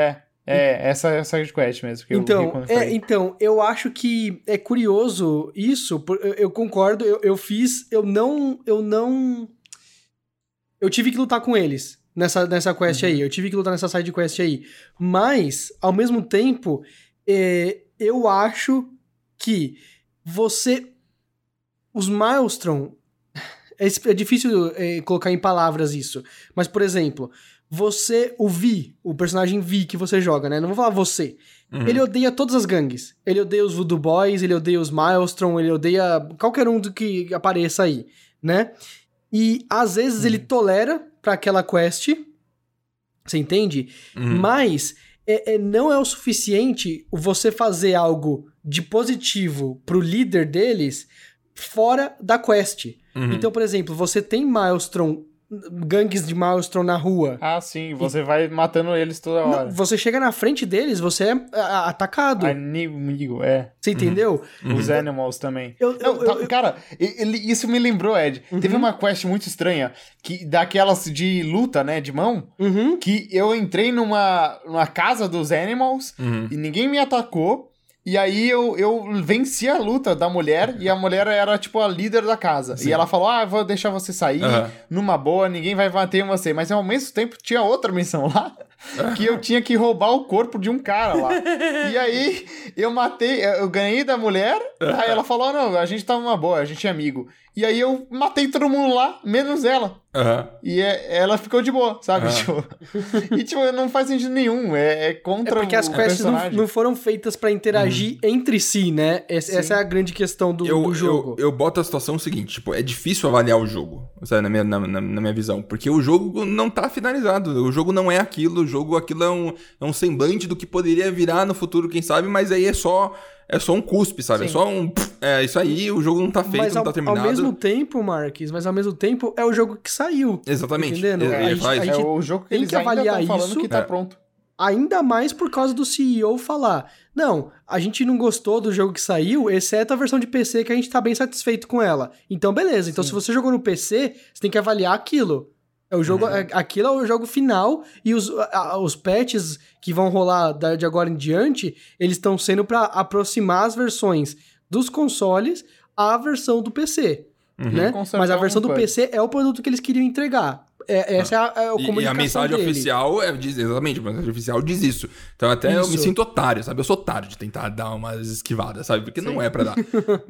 É, essa é a side quest mesmo. Que então, eu é, então, eu acho que é curioso isso, eu, eu concordo, eu, eu fiz, eu não, eu não... Eu tive que lutar com eles nessa, nessa quest uhum. aí, eu tive que lutar nessa side quest aí, mas, ao mesmo tempo, é, eu acho que você... Os Maelstrom... É, é difícil é, colocar em palavras isso, mas, por exemplo... Você, o Vi, o personagem Vi que você joga, né? Não vou falar você. Uhum. Ele odeia todas as gangues. Ele odeia os Voodoo Boys, ele odeia os Maelstrom, ele odeia qualquer um do que apareça aí, né? E, às vezes, uhum. ele tolera pra aquela quest, você entende? Uhum. Mas é, é, não é o suficiente você fazer algo de positivo pro líder deles fora da quest. Uhum. Então, por exemplo, você tem Maelstrom... gangues de Maelstrom na rua. Ah, sim, você e... vai matando eles toda hora. Não, você chega na frente deles, você é a, atacado. Inimigo, é. Você entendeu? Uhum. Os Animals também. Eu, eu, Não, tá, eu, cara, ele, isso me lembrou, Ed. Uhum. Teve uma quest muito estranha, que, daquelas de luta, né, de mão, uhum. que eu entrei numa, numa casa dos Animals uhum. e ninguém me atacou. E aí eu, eu venci a luta da mulher, e a mulher era, tipo, a líder da casa. Sim. E ela falou, ah, vou deixar você sair, uhum. numa boa, ninguém vai bater em você. Mas ao mesmo tempo tinha outra missão lá, que eu tinha que roubar o corpo de um cara lá. E aí eu matei, eu ganhei da mulher, aí ela falou, não, a gente tá numa boa, a gente é amigo. E aí eu matei todo mundo lá, menos ela. Uhum. E é, ela ficou de boa, sabe? Uhum. Tipo, e tipo, não faz sentido nenhum. É, é contra é porque o as quests não, não foram feitas pra interagir uhum. entre si, né? Essa, essa é a grande questão do, eu, do jogo. Eu, eu boto a situação seguinte, tipo, é difícil avaliar o jogo, sabe, na minha, na, na, na minha visão. Porque o jogo não tá finalizado. O jogo não é aquilo. O jogo, aquilo é um, é um semblante do que poderia virar no futuro, quem sabe. Mas aí é só... É só um cuspe, sabe? Sim. É só um... É isso aí, o jogo não tá feito, mas não ao, tá terminado. ao mesmo tempo, Marques, mas ao mesmo tempo é o jogo que saiu. Exatamente. Entendendo? É, a, gente, a gente é o jogo que tem eles que avaliar ainda falando isso, que tá é. pronto. Ainda mais por causa do C E O falar, não, a gente não gostou do jogo que saiu, exceto a versão de P C que a gente tá bem satisfeito com ela. Então, beleza. Então, Sim. se você jogou no P C, você tem que avaliar aquilo. É o jogo, uhum. Aquilo é o jogo final e os, a, os patches que vão rolar de agora em diante, eles estão sendo para aproximar as versões dos consoles à versão do P C, uhum. né? Mas a versão do P C é o produto que eles queriam entregar. É, essa ah. é a, a comunicação E a mensagem dele. oficial, é, diz, exatamente, a mensagem oficial diz isso. Então até isso. eu me sinto otário, sabe? Eu sou otário de tentar dar umas esquivadas, sabe? Porque Sim. não é pra dar.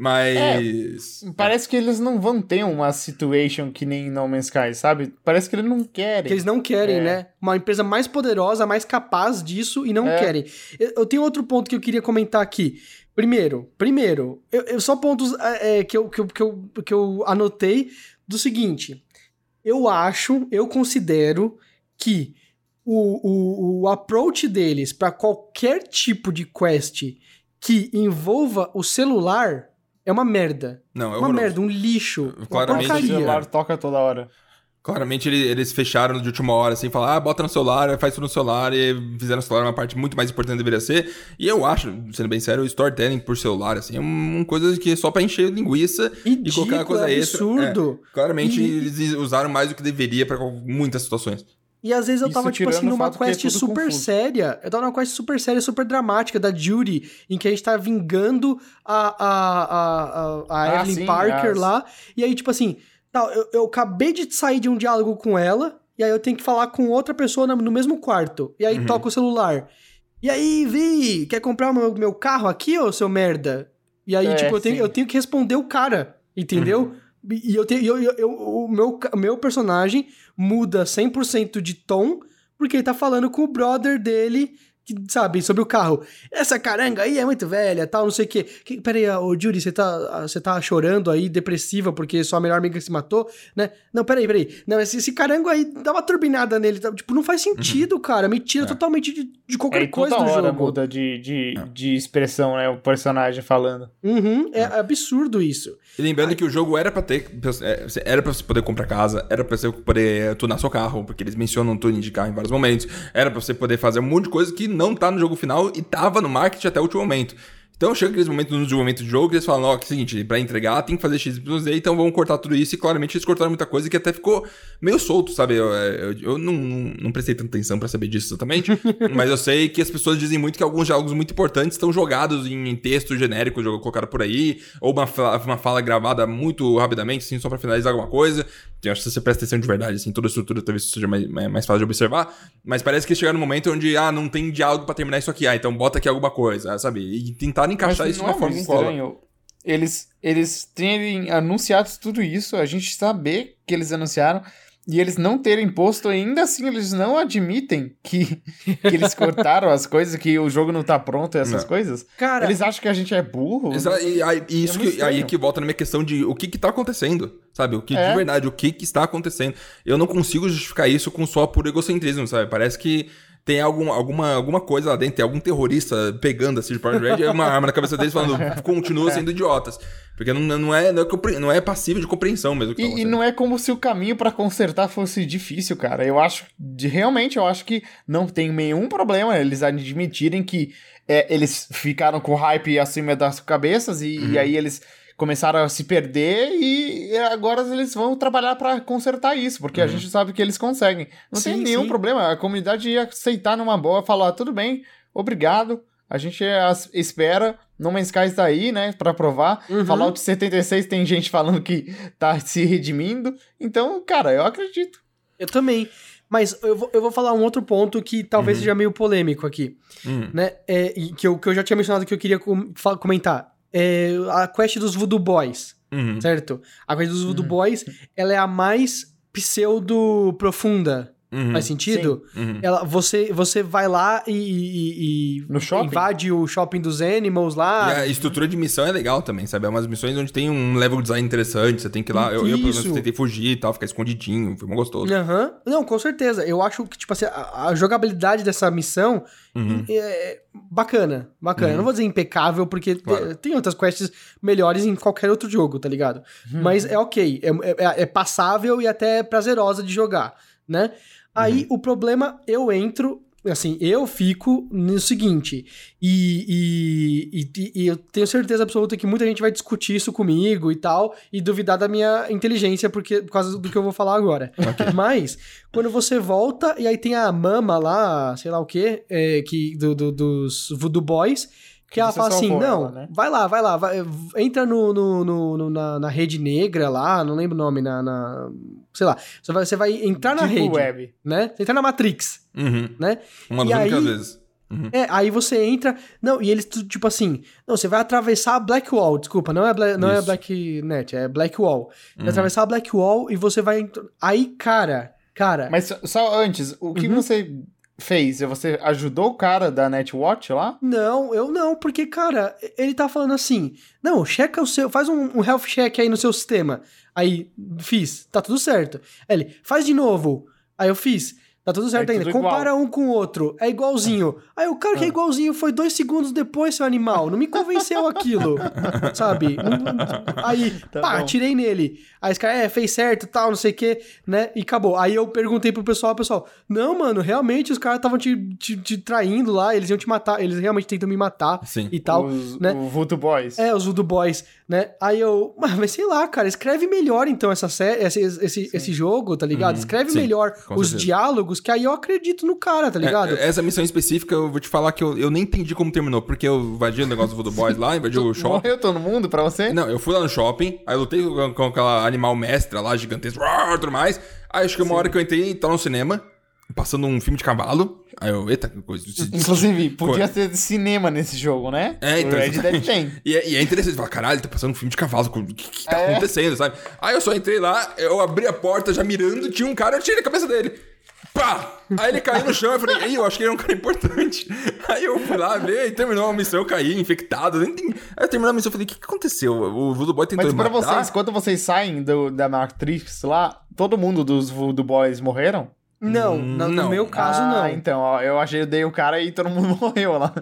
Mas... É, parece que eles não vão ter uma situation que nem No Man's Sky, sabe? Parece que eles não querem. Que eles não querem, é. né? Uma empresa mais poderosa, mais capaz disso e não é. querem. Eu, eu tenho outro ponto que eu queria comentar aqui. Primeiro, primeiro, eu, eu só pontos é, que, eu, que, eu, que, eu, que eu anotei do seguinte... Eu acho, eu considero que o, o, o approach deles para qualquer tipo de quest que envolva o celular é uma merda. Não, é uma merda, um lixo, Claramente, uma porcaria. O celular toca toda hora. Claramente eles fecharam de última hora, assim, falaram, ah, bota no celular, faz tudo no celular, e fizeram o celular uma parte muito mais importante que deveria ser. E eu acho, sendo bem sério, o storytelling por celular, assim, é uma coisa que é só pra encher linguiça Ridículo, e colocar coisa extra. Absurdo. É, claramente e... eles usaram mais do que deveria pra muitas situações. E às vezes eu tava, Isso tipo assim, numa quest é super confuso. séria. Eu tava numa quest super séria, super dramática da Judy, em que a gente tá vingando a, a, a, a, a ah, Evelyn sim, Parker as... lá. E aí, tipo assim, tá, eu, eu acabei de sair de um diálogo com ela, e aí eu tenho que falar com outra pessoa no, no mesmo quarto. E aí uhum. toca o celular. E aí, Vi, quer comprar o meu, meu carro aqui, ô seu merda? E aí, é, tipo, eu tenho, eu tenho que responder o cara, entendeu? Uhum. E eu tenho, eu, eu, eu, o meu, meu personagem muda cem por cento de tom, porque ele tá falando com o brother dele, que, sabe, sobre o carro. Essa caranga aí é muito velha, tal, não sei o quê. Que, peraí, ô Judy, você tá, você tá chorando aí, depressiva, porque sua melhor amiga se matou, né? Não, peraí, peraí. Não, esse, esse carango aí dá uma turbinada nele. Tá? Tipo, não faz sentido, uhum. cara. Me tira é. totalmente de, de qualquer é, coisa do jogo. Toda hora muda de, de, de expressão, né? O personagem falando. Uhum, é, é absurdo isso. E lembrando Ai. que o jogo era pra ter... Era pra você poder comprar casa, era pra você poder tunar seu carro, porque eles mencionam tuning de carro em vários momentos. Era pra você poder fazer um monte de coisa que não tá no jogo final e tava no marketing até o último momento. Então chega aqueles momentos no desenvolvimento de jogo que eles falam, ó, que é o seguinte, pra entregar tem que fazer X, Y, Z, então vamos cortar tudo isso. E claramente eles cortaram muita coisa que até ficou meio solto, sabe? Eu, eu, eu não, não prestei tanta atenção pra saber disso exatamente, mas eu sei que as pessoas dizem muito que alguns jogos muito importantes estão jogados em, em texto genérico, jogo colocado por aí, ou uma, uma fala gravada muito rapidamente, assim, só pra finalizar alguma coisa. Eu acho que se você presta atenção de verdade, assim, toda a estrutura talvez seja mais, mais fácil de observar, mas parece que chegaram no momento onde, ah, não tem diálogo pra terminar isso aqui, ah, então bota aqui alguma coisa, sabe? E tentar encaixar Mas isso de não uma é forma muito que cola. estranho. Eles, eles terem anunciado tudo isso, a gente saber que eles anunciaram, e eles não terem posto, ainda assim eles não admitem que, que eles cortaram as coisas, que o jogo não tá pronto e essas Não. coisas. Cara, Eles acham que a gente é burro. Exa- E, aí, e isso É muito que, aí estranho. que volta na minha questão de o que que tá acontecendo, sabe? O que É. de verdade, o que que está acontecendo. Eu não consigo justificar isso com só por egocentrismo, sabe? Parece que tem algum, alguma, alguma coisa lá dentro, tem algum terrorista pegando assim de Power Red, uma arma na cabeça deles falando, continua sendo idiotas. Porque não, não, é, não, é, compre- não é passível de compreensão mesmo. Que tá E, e acontecendo. não é como se o caminho pra consertar fosse difícil, cara. Eu acho, de, realmente, eu acho que não tem nenhum problema eles admitirem que é, eles ficaram com o hype acima das cabeças e, Uhum. e aí eles começaram a se perder e agora eles vão trabalhar pra consertar isso, porque a Uhum. gente sabe que eles conseguem. Não Sim, tem nenhum sim. problema, a comunidade ia aceitar numa boa, falar, tudo bem, obrigado, a gente as- espera, No Man's Sky está aí, né, pra provar. Uhum. Fallout setenta e seis tem gente falando que tá se redimindo, então, cara, eu acredito. Eu também. Mas eu vou, eu vou falar um outro ponto que talvez Uhum. seja meio polêmico aqui, Hum. né? É, e que, eu, que eu já tinha mencionado que eu queria com- fa- comentar. É a quest dos Voodoo Boys, Uhum. certo? A quest dos Voodoo Uhum. Boys, ela é a mais pseudo-profunda. Uhum. Faz sentido? Uhum. Ela, você, você vai lá e, e- e No shopping? invade o shopping dos Animals E lá. a estrutura de missão é legal também, sabe? É umas missões onde tem um level design interessante, você tem que ir lá... Eu, eu, pelo menos, Isso. tentei fugir e tal, ficar escondidinho, foi mó gostoso. Aham. Não, com certeza. Eu acho que, tipo assim, a, a jogabilidade dessa missão Uhum. é bacana. Bacana. Uhum. Eu não vou dizer impecável, porque Claro. te- tem outras quests melhores em qualquer outro jogo, tá ligado? Mas é ok. É, é- é passável e até prazerosa de jogar, né? Aí o problema, eu entro. Assim, eu fico no seguinte, e, e, e, e eu tenho certeza absoluta que muita gente vai discutir isso comigo e tal, e duvidar da minha inteligência porque, por causa do que eu vou falar agora. Mas, quando você volta, e aí tem a Mama lá, sei lá o quê, é, que, do, do- dos Voodoo Boys, que, Que ela você fala assim, salvou não, ela, né? vai lá, vai lá, vai- entra no, no, no- no- na, na rede negra lá, não lembro o nome, na, na- sei lá, você vai, você vai entrar na Deep rede, Web. né? Você entra na Matrix, Uhum. né? Uma E das únicas aí- vezes. Uhum. É, aí você entra. Não, e eles, tu- tipo assim. Não, você vai atravessar a Black Wall. Desculpa, não é, Bla- não é Isso. Black Net, é Black Wall. Vai Uhum. atravessar a Black Wall e você vai. entr- Aí, cara. Cara. Mas só- só antes, o que Uhum. você fez? Você ajudou o cara da Netwatch lá? Não, eu não, porque, cara, ele tá falando assim. Não, checa o seu. Faz um, um health check aí no seu sistema. Aí, fiz, tá tudo certo. Aí ele, faz de novo. Aí eu fiz. Tá tudo certo É ainda. tudo Compara igual. um com o outro. É igualzinho. Aí o cara que é igualzinho foi dois segundos depois, seu animal. Não me convenceu aquilo. Sabe? Não- não- Aí, Tá pá, bom. atirei nele. Aí esse cara, é, fez certo tal, não sei o quê, né? E acabou. Aí eu perguntei pro pessoal, o pessoal, não, mano, realmente os caras estavam te, te, te traindo lá, eles iam te matar, eles realmente tentam me matar Sim. e tal, Os, né? O Voodoo Boys. É, os Voodoo Boys, né? Aí eu, "Ah, mas sei lá, cara, escreve melhor então essa série, esse, esse, esse jogo, tá ligado? Uhum. Escreve Sim, melhor com os certeza. diálogos, que aí eu acredito no cara, tá ligado? É, essa missão específica, eu vou te falar que eu, eu nem entendi como terminou, porque eu invadi o negócio do Voodoo Boys lá, invadi o shopping. Morreu todo mundo pra você? Não, eu fui lá no shopping, aí eu lutei com, com aquela animal mestra lá, gigantesca, e tudo mais. Aí acho que uma hora que eu entrei, tá no cinema, passando um filme de cavalo. Aí eu, eita, que coisa. Inclusive, podia ter cinema nesse jogo, né? É, então, O Red Dead tem. E é, e é interessante, falar, caralho, tá passando um filme de cavalo, o que, que tá É. acontecendo, sabe? Aí eu só entrei lá, eu abri a porta já mirando, tinha um cara, eu tirei a cabeça dele. Pá! Aí ele caiu no chão, eu falei, ei, eu acho que ele é um cara importante. Aí eu fui lá ver, e terminou a missão, eu caí, infectado, nem tem... Aí eu terminou a missão, eu falei, o que, que aconteceu? O Voodoo Boy tentou Mas me pra matar? vocês, quando vocês saem do, da Matrix lá, todo mundo dos Voodoo Boys morreram? Não, Hum, no, no não. meu caso, ah, não. então, ó, eu ajudei o cara e todo mundo morreu lá.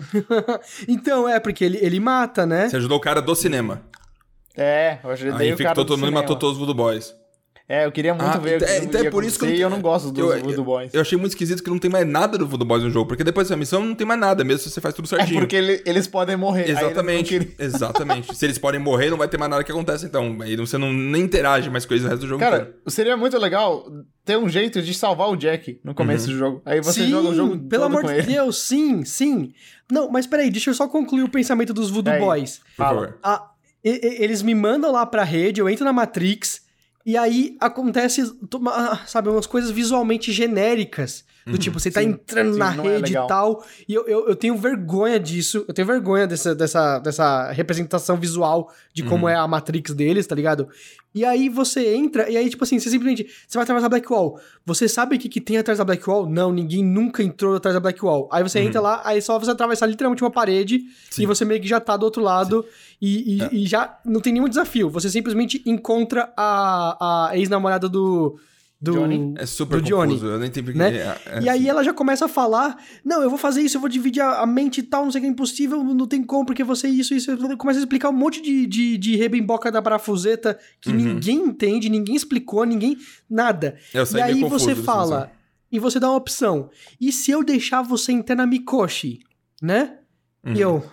Então, é, porque ele, ele mata, né? Você ajudou o cara do cinema. É, eu ajudei Aí o cara infectou do todo mundo e cinema. matou todos os Voodoo Boys. É, eu queria muito Ah, ver então- o é- que então é ia por isso que acontecer eu- e eu não gosto dos eu- Voodoo Boys. Eu achei muito esquisito que não tem mais nada do Voodoo Boys no jogo, porque depois dessa missão não tem mais nada, mesmo se você faz tudo É certinho. porque ele- eles podem morrer. aí eles não Exatamente, queriam- exatamente. Se eles podem morrer, não vai ter mais nada que acontece, então. Aí você não nem interage mais com eles no resto do jogo. Cara, inteiro. seria muito legal ter um jeito de salvar o Jack no começo do jogo. Aí você sim, joga o jogo pelo todo amor com de ele. Deus, sim, sim. Não, mas peraí, deixa eu só concluir o pensamento dos Voodoo Aí. Boys. Por fala. favor. Ah, e- e- eles me mandam lá pra rede, eu entro na Matrix, e aí acontece, toma- sabe, umas coisas visualmente genéricas. Do tipo, você tá Sim, entrando sim, na não é rede legal. e tal, e eu, eu, eu tenho vergonha disso, eu tenho vergonha dessa, dessa, dessa representação visual de como é a Matrix deles, tá ligado? E aí você entra, e aí, tipo assim, você simplesmente, você vai através da Black Wall. Você sabe o que, que tem atrás da Black Wall? Não, ninguém nunca entrou atrás da Black Wall. Aí você entra lá, aí só você atravessar literalmente uma parede, Sim. e você meio que já tá do outro lado, e, e, e já não tem nenhum desafio. Você simplesmente encontra a, a ex-namorada do... do Johnny? É super do confuso, Johnny, eu nem tenho porque... né? é- é E aí assim. ela já começa a falar, não, eu vou fazer isso, eu vou dividir a, a mente e tal, não sei o que, é impossível, não tem como, porque você isso, isso, começa a explicar um monte de, de, de rebimboca da parafuseta que ninguém entende, ninguém explicou, ninguém, nada. Eu E saí aí meio confuso você dessa fala, missão. e você dá uma opção, e se eu deixar você entrar na Mikoshi, né? Uhum. E eu...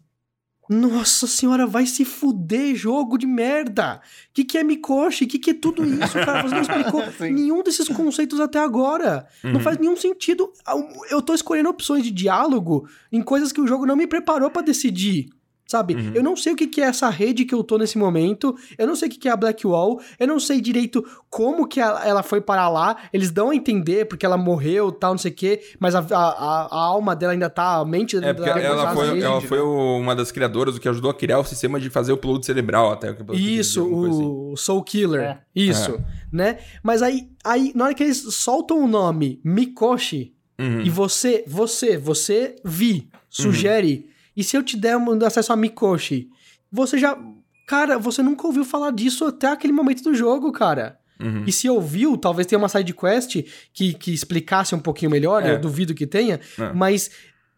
Nossa senhora, vai se fuder, jogo de merda. O que, que é Mikoshi? O que, que é tudo isso, cara? Você não explicou Sim. nenhum desses conceitos até agora. Não faz nenhum sentido. Eu tô escolhendo opções de diálogo em coisas que o jogo não me preparou pra decidir. Sabe? Eu não sei o que, que é essa rede que eu tô nesse momento. Eu não sei o que, que é a Black Wall. Eu não sei direito como que ela, ela foi parar lá. Eles dão a entender porque ela morreu tal, não sei o quê. Mas a, a, a alma dela ainda tá, a mente É, porque dela ela tá na foi, rede, ela né? foi o- uma das criadoras, o que ajudou a criar o sistema de fazer o upload cerebral até. pelo que eu entendi, Isso, alguma coisa assim. o Soul Killer. É. Isso, né? Mas aí, aí, na hora que eles soltam o nome Mikoshi, Uhum. e você, você, você vi, sugere, e se eu te der um acesso a Mikoshi, você já... Cara, você nunca ouviu falar disso até aquele momento do jogo, cara. Uhum. E se ouviu, talvez tenha uma side quest que, que explicasse um pouquinho melhor, É. eu duvido que tenha, É. mas...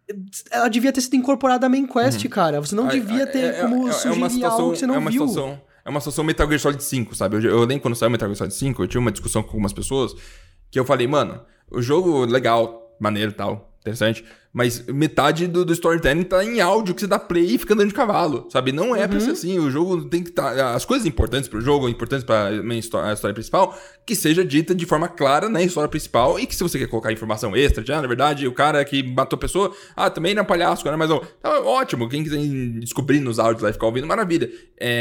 Ela devia ter sido incorporada à main quest, cara. Você não Ah, devia ter é- é- como é- é sugerir uma situação, algo que você não é uma viu. Situação, é uma situação Metal Gear Solid cinco, sabe? Eu, eu lembro quando saiu Metal Gear Solid cinco, eu tive uma discussão com algumas pessoas que eu falei, mano, o jogo legal, maneiro e tal, interessante, mas metade do, do storytelling tá em áudio que você dá play e fica andando de cavalo, sabe? Não é pra ser assim, o jogo tem que estar... Tá, as coisas importantes pro jogo, importantes pra main história, a história principal, que seja dita de forma clara na história principal e que se você quer colocar informação extra, já, na verdade, o cara que matou a pessoa, ah, também não é palhaço, cara, mas não, tá ótimo, quem quiser descobrir nos áudios lá e ficar ouvindo, maravilha.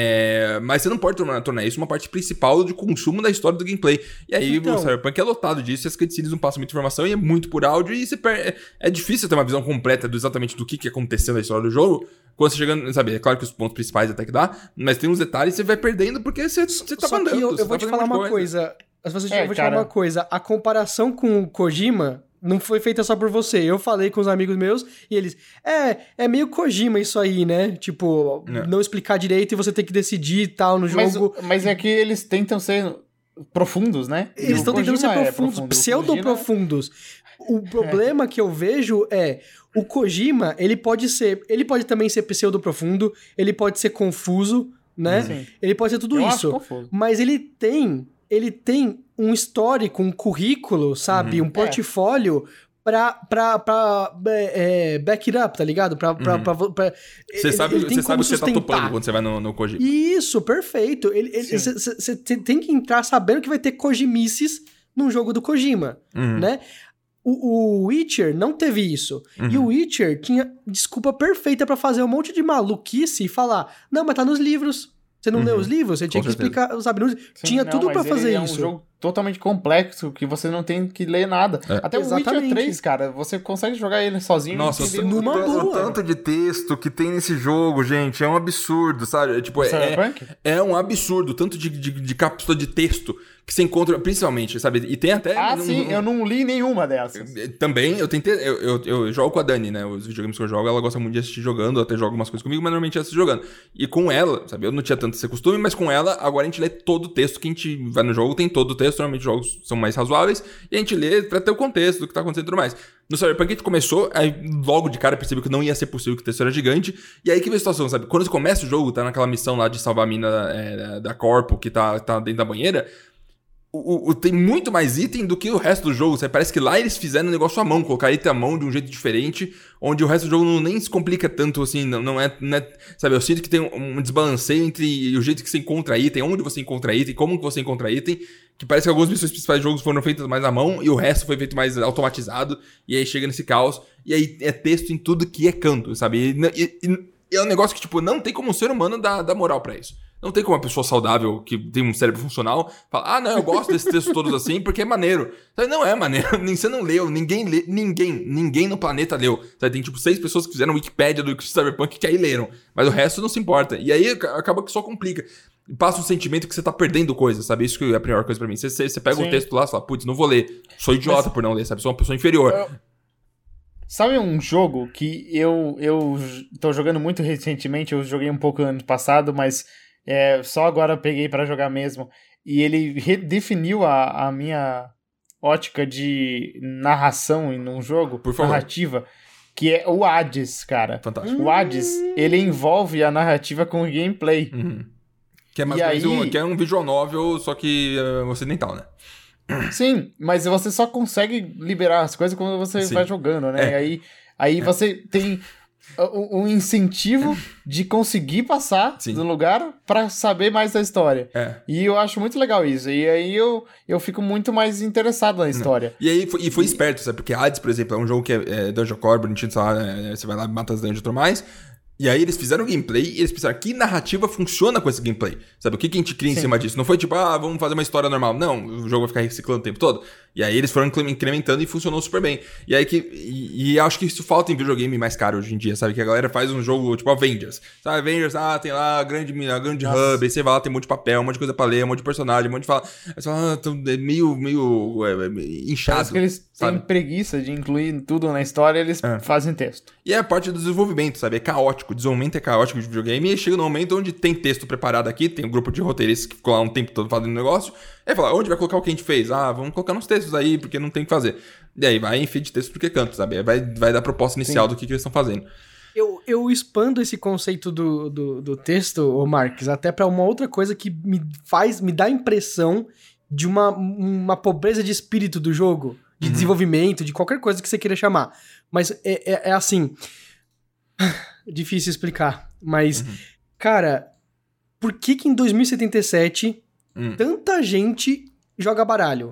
É, mas você não pode tornar, tornar isso uma parte principal de consumo da história do gameplay. E aí Então. o Cyberpunk é lotado disso, e as cutscenes não passam muita informação e é muito por áudio e você per... é difícil ter uma visão completa do exatamente do que, que aconteceu na história do jogo. Quando você chega, sabe, é claro que os pontos principais até que dá, mas tem uns detalhes que você vai perdendo porque você, você tá Só mandando. que eu, você eu vou tá te fazendo falar um monte uma de coisa. Mas você, É, eu vou te cara. falar uma coisa. A comparação com o Kojima não foi feita só por você. Eu falei com os amigos meus e eles... É, é meio Kojima isso aí, né? Tipo, É. não explicar direito e você ter que decidir e tal no Mas, jogo. mas é que eles tentam ser profundos, né? E Eles o estão tentando ser Kojima é profundos, profundo. O pseudo-profundos. O problema que eu vejo é... O Kojima, ele pode ser... Ele pode também ser pseudo-profundo, ele pode ser confuso, né? Sim. Ele pode ser tudo Eu acho isso. confuso. Mas ele tem... Ele tem um histórico, um currículo, sabe? Um portfólio pra, pra, pra é, é, back it up, tá ligado? Pra, pra, pra, pra- Você ele- sabe, ele tem você sabe como o que você tá sustentar. topando quando você vai no, no Kojima. Isso, perfeito. Sim. Você tem que entrar sabendo que vai ter Kojimices num jogo do Kojima, Uhum. né? O, o Witcher não teve isso. E o Witcher tinha desculpa perfeita pra fazer um monte de maluquice e falar, não, mas tá nos livros. Você não leu os livros? Você tinha que certeza. explicar, sabe? Não- Sim, tinha não, tudo mas pra ele fazer é um isso. jogo totalmente complexo que você não tem que ler nada. É. Até o Witcher Exatamente. três, cara, você consegue jogar ele sozinho. Nossa, e o, entender o- numa o boa. tanto de texto que tem nesse jogo, gente, é um absurdo, sabe? É, Tipo, é, Cyberpunk? é um absurdo, o tanto de, de, de cápsula de texto que você encontra, principalmente, sabe? E tem até... Ah, um- sim, um- eu não li nenhuma dessas. Também, eu tentei. Eu, eu, eu jogo com a Dani, né? Os videogames que eu jogo, ela gosta muito de assistir jogando, até joga algumas coisas comigo, mas normalmente ela assiste jogando. E com ela, sabe? Eu não tinha tanto esse costume, mas com ela, agora a gente lê todo o texto que a gente vai no jogo, tem todo o texto, normalmente os jogos são mais razoáveis, e a gente lê pra ter o contexto do que tá acontecendo e tudo mais. No Cyberpunk a gente começou, aí logo de cara percebeu que não ia ser possível, que o texto era gigante, e aí que veio a situação, sabe? Quando você começa o jogo, tá naquela missão lá de salvar a mina é, da Corpo, que tá, tá dentro da banheira. O, o, tem muito mais item do que o resto do jogo. Sabe? Parece que lá eles fizeram o negócio à mão, colocar item à mão de um jeito diferente, onde o resto do jogo não, nem se complica tanto, assim, não, não, é, não é... Sabe, eu sinto que tem um, um desbalanceio entre o jeito que você encontra item, onde você encontra item, como que você encontra item, que parece que algumas missões principais do jogo foram feitas mais à mão, e o resto foi feito mais automatizado, e aí chega nesse caos, e aí é texto em tudo que é canto, sabe? E, e, e é um negócio que, tipo, não tem como um ser humano dar, dar moral pra isso. Não tem como uma pessoa saudável, que tem um cérebro funcional, falar, ah, não, eu gosto desses textos todos assim, porque é maneiro. Sabe, não é maneiro, você não leu, ninguém lê, ninguém, ninguém no planeta leu. Sabe, tem tipo seis pessoas que fizeram Wikipédia do Cyberpunk que aí leram, mas o resto não se importa. E aí acaba que só complica. Passa um sentimento que você tá perdendo coisa, sabe? Isso que é a primeira coisa pra mim. Você, você, você pega o um texto lá e fala, putz, não vou ler. Sou idiota mas... por não ler, sabe? Sou uma pessoa inferior. Eu... Sabe um jogo que eu, eu tô jogando muito recentemente, eu joguei um pouco no ano passado, mas... É, só agora eu peguei pra jogar mesmo. E ele redefiniu a, a minha ótica de narração em um jogo, por favor, narrativa, que é o Hades, cara. Fantástico. O Hades, ele envolve a narrativa com o gameplay. Uhum. Que é mais aí... um, que é um visual novel, só que uh, ocidental, né? Sim, mas você só consegue liberar as coisas quando você Sim. vai jogando, né? É. E aí, aí é. você tem... um incentivo de conseguir passar Sim. do lugar pra saber mais da história. É. E eu acho muito legal isso. E aí eu, eu fico muito mais interessado na história. E aí foi, e foi e... esperto, sabe? Porque Hades, por exemplo, é um jogo que é, é Dungeon Core, bonitinho, sei lá, é, você vai lá, mata as dungeons e tudo mais. E aí eles fizeram gameplay e eles pensaram que narrativa funciona com esse gameplay. Sabe, o que, que a gente cria em Sim. cima disso? Não foi tipo, ah, vamos fazer uma história normal. Não, o jogo vai ficar reciclando o tempo todo. E aí eles foram incrementando e funcionou super bem. E aí que... E, e acho que isso falta em videogame mais caro hoje em dia, sabe? Que a galera faz um jogo tipo Avengers. Sabe, Avengers, ah, tem lá a grande, a grande hub, aí você vai lá, tem um monte de papel, um monte de coisa pra ler, um monte de personagem, um monte de fala... Aí você fala, ah, é meio, meio é, inchado. Parece que eles sabe? têm preguiça de incluir tudo na história, eles é. fazem texto. E é a parte do desenvolvimento, sabe? É caótico. O desenvolvimento é caótico de videogame. E chega no momento onde tem texto preparado aqui, tem um grupo de roteiristas que ficou lá um tempo todo fazendo negócio. Aí fala, onde vai colocar o que a gente fez? Ah, vamos colocar nos textos aí, porque não tem o que fazer. E aí vai em feed de texto porque canto, sabe? Vai, vai dar a proposta inicial Sim. do que, que eles estão fazendo. Eu, eu expando esse conceito do, do, do texto, ô Marques, até pra uma outra coisa que me faz, me dá a impressão de uma, uma pobreza de espírito do jogo, de uhum. desenvolvimento, de qualquer coisa que você queira chamar. Mas é, é, é assim... Difícil explicar, mas... Uhum. Cara, por que que em dois mil e setenta e sete hum. tanta gente joga baralho?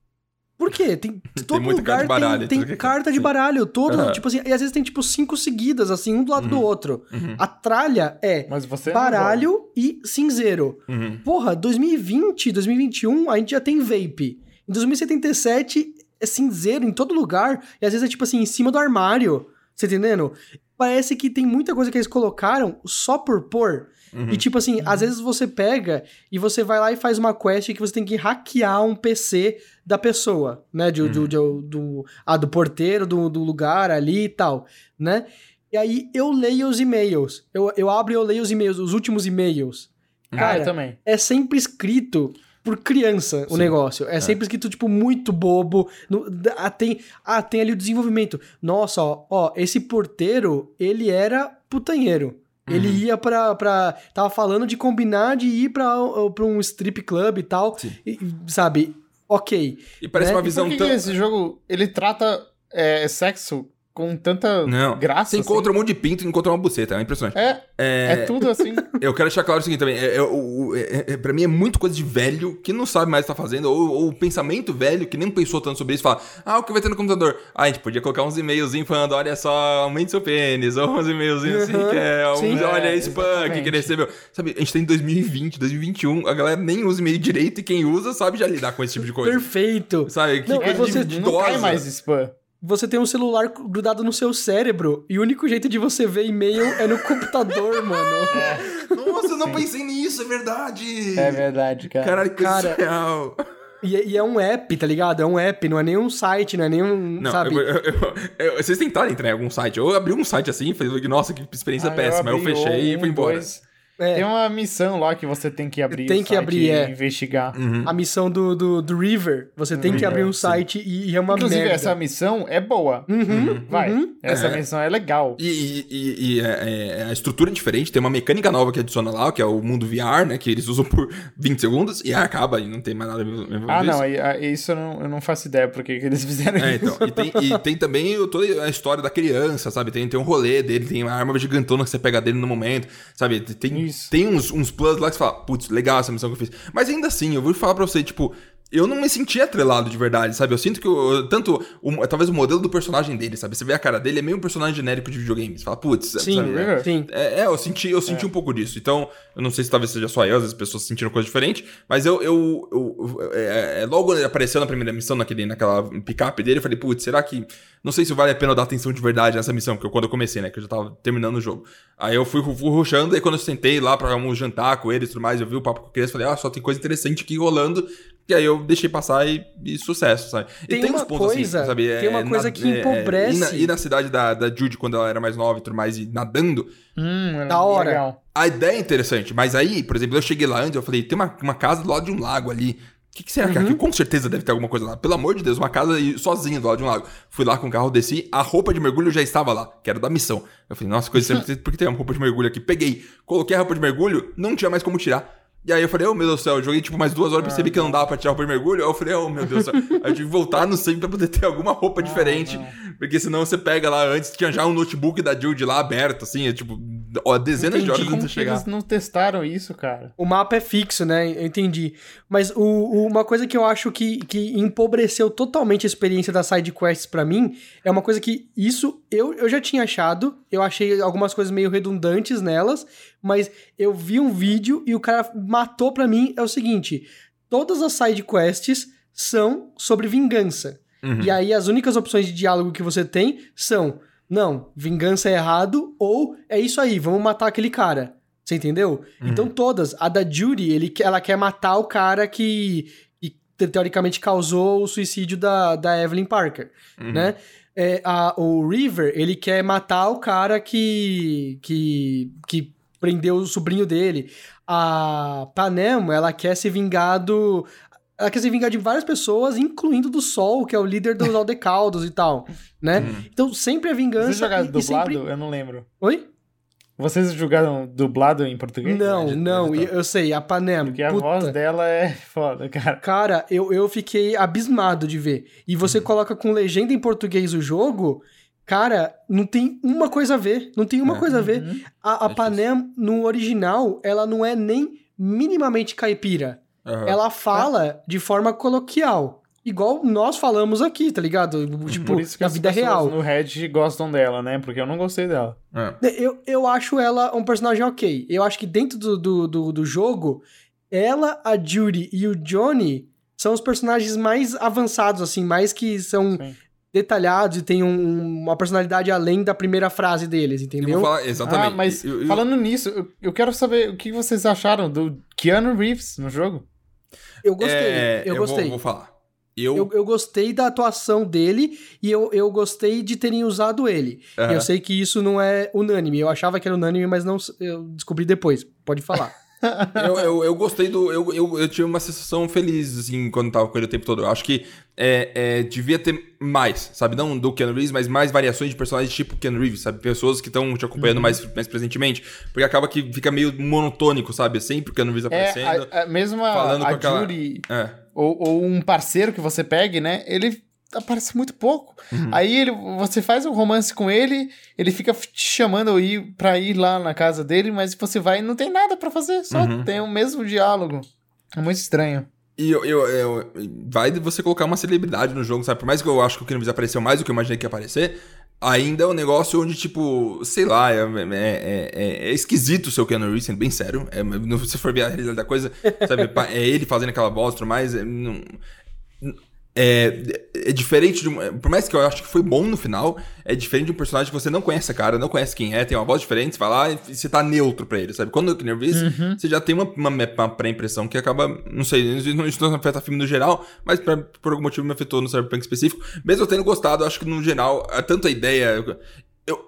Por quê? Tem, tem todo lugar baralho, tem, tem carta de baralho, todo, uhum. tipo assim, e às vezes tem tipo cinco seguidas, assim, um do lado uhum. do outro. Uhum. A tralha é baralho e cinzeiro. Uhum. Porra, dois mil e vinte, dois mil e vinte e um, a gente já tem vape. Em dois mil e setenta e sete é cinzeiro em todo lugar, e às vezes é tipo assim, em cima do armário, você entendendo? Parece que tem muita coisa que eles colocaram só por pôr. Uhum. E tipo assim, uhum. às vezes você pega e você vai lá e faz uma quest que você tem que hackear um P C da pessoa, né? De, uhum. do, do, do, ah, do porteiro, do, do lugar ali e tal, né? E aí eu leio os e-mails. Eu, eu abro e eu leio os e-mails, os últimos e-mails. Cara, ah, eu também. É sempre escrito por criança o Sim. negócio. É, é sempre escrito, tipo, muito bobo. No, ah, tem, ah, tem ali o desenvolvimento. Nossa, ó, ó, esse porteiro, ele era putanheiro. Ele uhum. ia pra, pra... Tava falando de combinar de ir pra, pra um strip club e tal. E, sabe? Ok. E parece né? uma visão tão... Por que tão... que esse jogo, ele trata é, sexo com tanta não. graça? Você assim? encontra um monte de pinto e encontra uma buceta. É impressionante. É, é, é tudo assim. Eu quero deixar claro o seguinte também. É, é, é, é, pra mim é muito coisa de velho que não sabe mais o que tá fazendo. Ou, ou o pensamento velho que nem pensou tanto sobre isso. Fala, ah, o que vai ter no computador? Ah, a gente podia colocar uns e-mailzinhos falando, olha só, aumente seu pênis. Ou uns e-mailzinhos assim, uhum. que é, um, Sim, olha é, spam que ele recebeu. Sabe, a gente tá em dois mil e vinte, dois mil e vinte e um. A galera nem usa e-mail direito e quem usa sabe já lidar com esse tipo de coisa. Perfeito. Sabe, que não, coisa você de não cai mais spam. Você tem um celular grudado no seu cérebro e o único jeito de você ver e-mail é no computador, mano. É. Nossa, eu não Sim. pensei nisso, é verdade. É verdade, cara. Caralho, que cara, real. E, e é um app, tá ligado? É um app, não é nem um site, não é nem um, não, sabe? Eu, eu, eu, eu, vocês tentaram entrar em algum site. Eu abri um site assim e falei, nossa, que experiência ah, péssima. Eu, eu fechei um, e fui embora. Dois. É. Tem uma missão lá que você tem que abrir Tem o que site abrir, e é. investigar. Uhum. A missão do, do, do River, você tem que River, abrir um sim. site e, e é uma Inclusive, merda. essa missão é boa. Uhum, Vai. uhum. Essa É. missão é legal. E, e- e- e é- é- a estrutura é diferente, tem uma mecânica nova que adiciona lá, que é o mundo V R, né? Que eles usam por vinte segundos e aí acaba e não tem mais nada envolvido Ah, não, isso. aí- aí isso eu não, eu não faço ideia porque que eles fizeram É, isso. então, e tem, e tem também o- toda a história da criança, sabe? Tem, tem um rolê dele, tem uma arma gigantona que você pega dele no momento, sabe? Tem, Isso. tem uns, uns plus lá que você fala, putz, legal essa missão que eu fiz. Mas ainda assim, eu vou falar pra você, tipo, eu não me senti atrelado de verdade, sabe? Eu sinto que eu, tanto, o, talvez o modelo do personagem dele, sabe? Você vê a cara dele, é meio um personagem genérico de videogame. Você fala, putz, Sim, sabe? River? sim. É, é, eu senti, eu senti um pouco disso. Então, eu não sei se talvez seja só eu, às vezes as pessoas sentiram coisa diferente, mas eu, eu, eu- eu- é, é, logo quando ele apareceu na primeira missão, naquele, naquela picape dele, eu falei, putz, será que... Não sei se vale a pena eu dar atenção de verdade nessa missão, porque eu, quando eu comecei, né, que eu já tava terminando o jogo. Aí eu fui, fui rushando, e quando eu sentei lá pra um jantar com eles e tudo mais, eu vi o papo com a criança, falei, ah, só tem coisa interessante aqui rolando, e aí eu deixei passar e, e sucesso, sabe? Tem e tem uma uns pontos coisa- assim, sabe? tem uma coisa que empobrece. E na, e na cidade da, da Judy, quando ela era mais nova e tudo mais, e nadando, Hum, Da hora. Legal. a ideia é interessante, mas aí, por exemplo, eu cheguei lá antes, eu falei, tem uma, uma casa do lado de um lago ali. O que, que será que é aqui? Com certeza deve ter alguma coisa lá. Pelo amor de Deus, uma casa aí sozinha do lado de um lago. Fui lá com o carro, desci, a roupa de mergulho já estava lá, que era da missão. Eu falei, nossa, coisa sempre, por que tem uma roupa de mergulho aqui? Peguei, coloquei a roupa de mergulho, não tinha mais como tirar. E aí eu falei, oh meu Deus do céu, eu joguei tipo mais duas horas, percebi que não dava pra tirar a roupa de mergulho. Aí eu falei, oh meu Deus do céu, aí eu tive que voltar no save pra poder ter alguma roupa diferente. Porque senão você pega lá antes, tinha já um notebook da Judy lá aberto, assim, é tipo, ó, dezenas de horas Como antes de que chegar. eles não testaram isso, cara? O mapa é fixo, né? Eu entendi. Mas o, o- uma coisa que eu acho que, que empobreceu totalmente a experiência das side quests pra mim é uma coisa que isso eu, eu já tinha achado. Eu achei algumas coisas meio redundantes nelas, mas eu vi um vídeo e o cara matou pra mim. É o seguinte: todas as side quests são sobre vingança. Uhum. E aí as únicas opções de diálogo que você tem são: não, vingança é errado, ou é isso aí, vamos matar aquele cara. Você entendeu? Uhum. Então todas. A da Judy, ele, ela quer matar o cara que, que te- teoricamente causou o suicídio da, da Evelyn Parker, Uhum. né? É, a, o River, ele quer matar o cara que, que, que prendeu o sobrinho dele. A Panem, ela quer se vingar do... Ela quer se vingar de várias pessoas, incluindo do Sol, que é o líder dos Aldecaldos e tal, né? Uhum. Então sempre é vingança. Vocês jogaram e- e dublado? sempre- Eu não lembro. Oi? Vocês jogaram dublado em português? Não, Deve- não, deve tá. eu sei, a Panem. Porque a puta. voz dela é foda, cara. Cara, eu, eu fiquei abismado de ver. E você Uhum. coloca com legenda em português o jogo, cara, não tem uma coisa a ver. Não tem uma É. coisa a ver. Uhum. A, a É Panem, no original, ela não é nem minimamente caipira. Aham. Ela fala de forma coloquial. Igual nós falamos aqui, tá ligado? Tipo, Por isso que na as vida pessoas real. no Reddit gostam dela, né? Porque eu não gostei dela. É. Eu, eu acho ela um personagem ok. Eu acho que dentro do, do, do, do jogo, ela, a Judy e o Johnny são os personagens mais avançados, assim, mais que são Sim. detalhados e têm um- uma personalidade além da primeira frase deles, Eu entendeu? vou falar, exatamente. Ah, mas Eu- eu- falando nisso, eu, eu quero saber o que vocês acharam do Keanu Reeves no jogo. Eu gostei, É, eu vou- gostei. Vou, falar. Eu, Eu, eu gostei da atuação dele e eu, eu gostei de terem usado ele. Aham. Eu sei que isso não é unânime. Eu achava que era unânime, mas não eu descobri depois. Pode falar. eu, eu, eu gostei do. Eu, eu, eu tive uma sensação feliz, assim, quando tava com ele o tempo todo. Eu acho que é, é, devia ter mais, sabe? Não do Keanu Reeves, mas mais variações de personagens tipo Keanu Reeves, sabe? Pessoas que estão te acompanhando Uhum. mais, mais presentemente. Porque acaba que fica meio monotônico, sabe? Sempre o Keanu Reeves aparecendo. É, a, a, mesmo a, falando com a aquela- Judy É. ou, ou um parceiro que você pegue, né? Ele aparece muito pouco. Uhum. Aí ele, você faz um romance com ele, ele fica te chamando ir pra ir lá na casa dele, mas você vai e não tem nada pra fazer, só Uhum. tem o mesmo diálogo. É muito estranho. E eu, eu, eu- vai de você colocar uma celebridade no jogo, sabe? Por mais que eu acho que o Keanu Reeves apareceu mais do que eu imaginei que ia aparecer, ainda é um negócio onde, tipo, sei lá, é, é, é- é esquisito o seu Keanu Reeves, sendo bem sério. É, se você for ver a realidade da coisa, sabe? É ele fazendo aquela voz e tudo mais. É, não- é, é diferente de um. Por mais que eu acho que foi bom no final, é diferente de um personagem que você não conhece a cara, não conhece quem é, tem uma voz diferente, você vai lá e você tá neutro pra ele, sabe? Quando o Keanu Reeves, você já tem uma, uma, uma pré-impressão que acaba. Não sei, isso não afeta filme no geral, mas pra, por algum motivo me afetou no Cyberpunk específico. Mesmo eu tendo gostado, eu acho que no geral, tanto a ideia. Eu,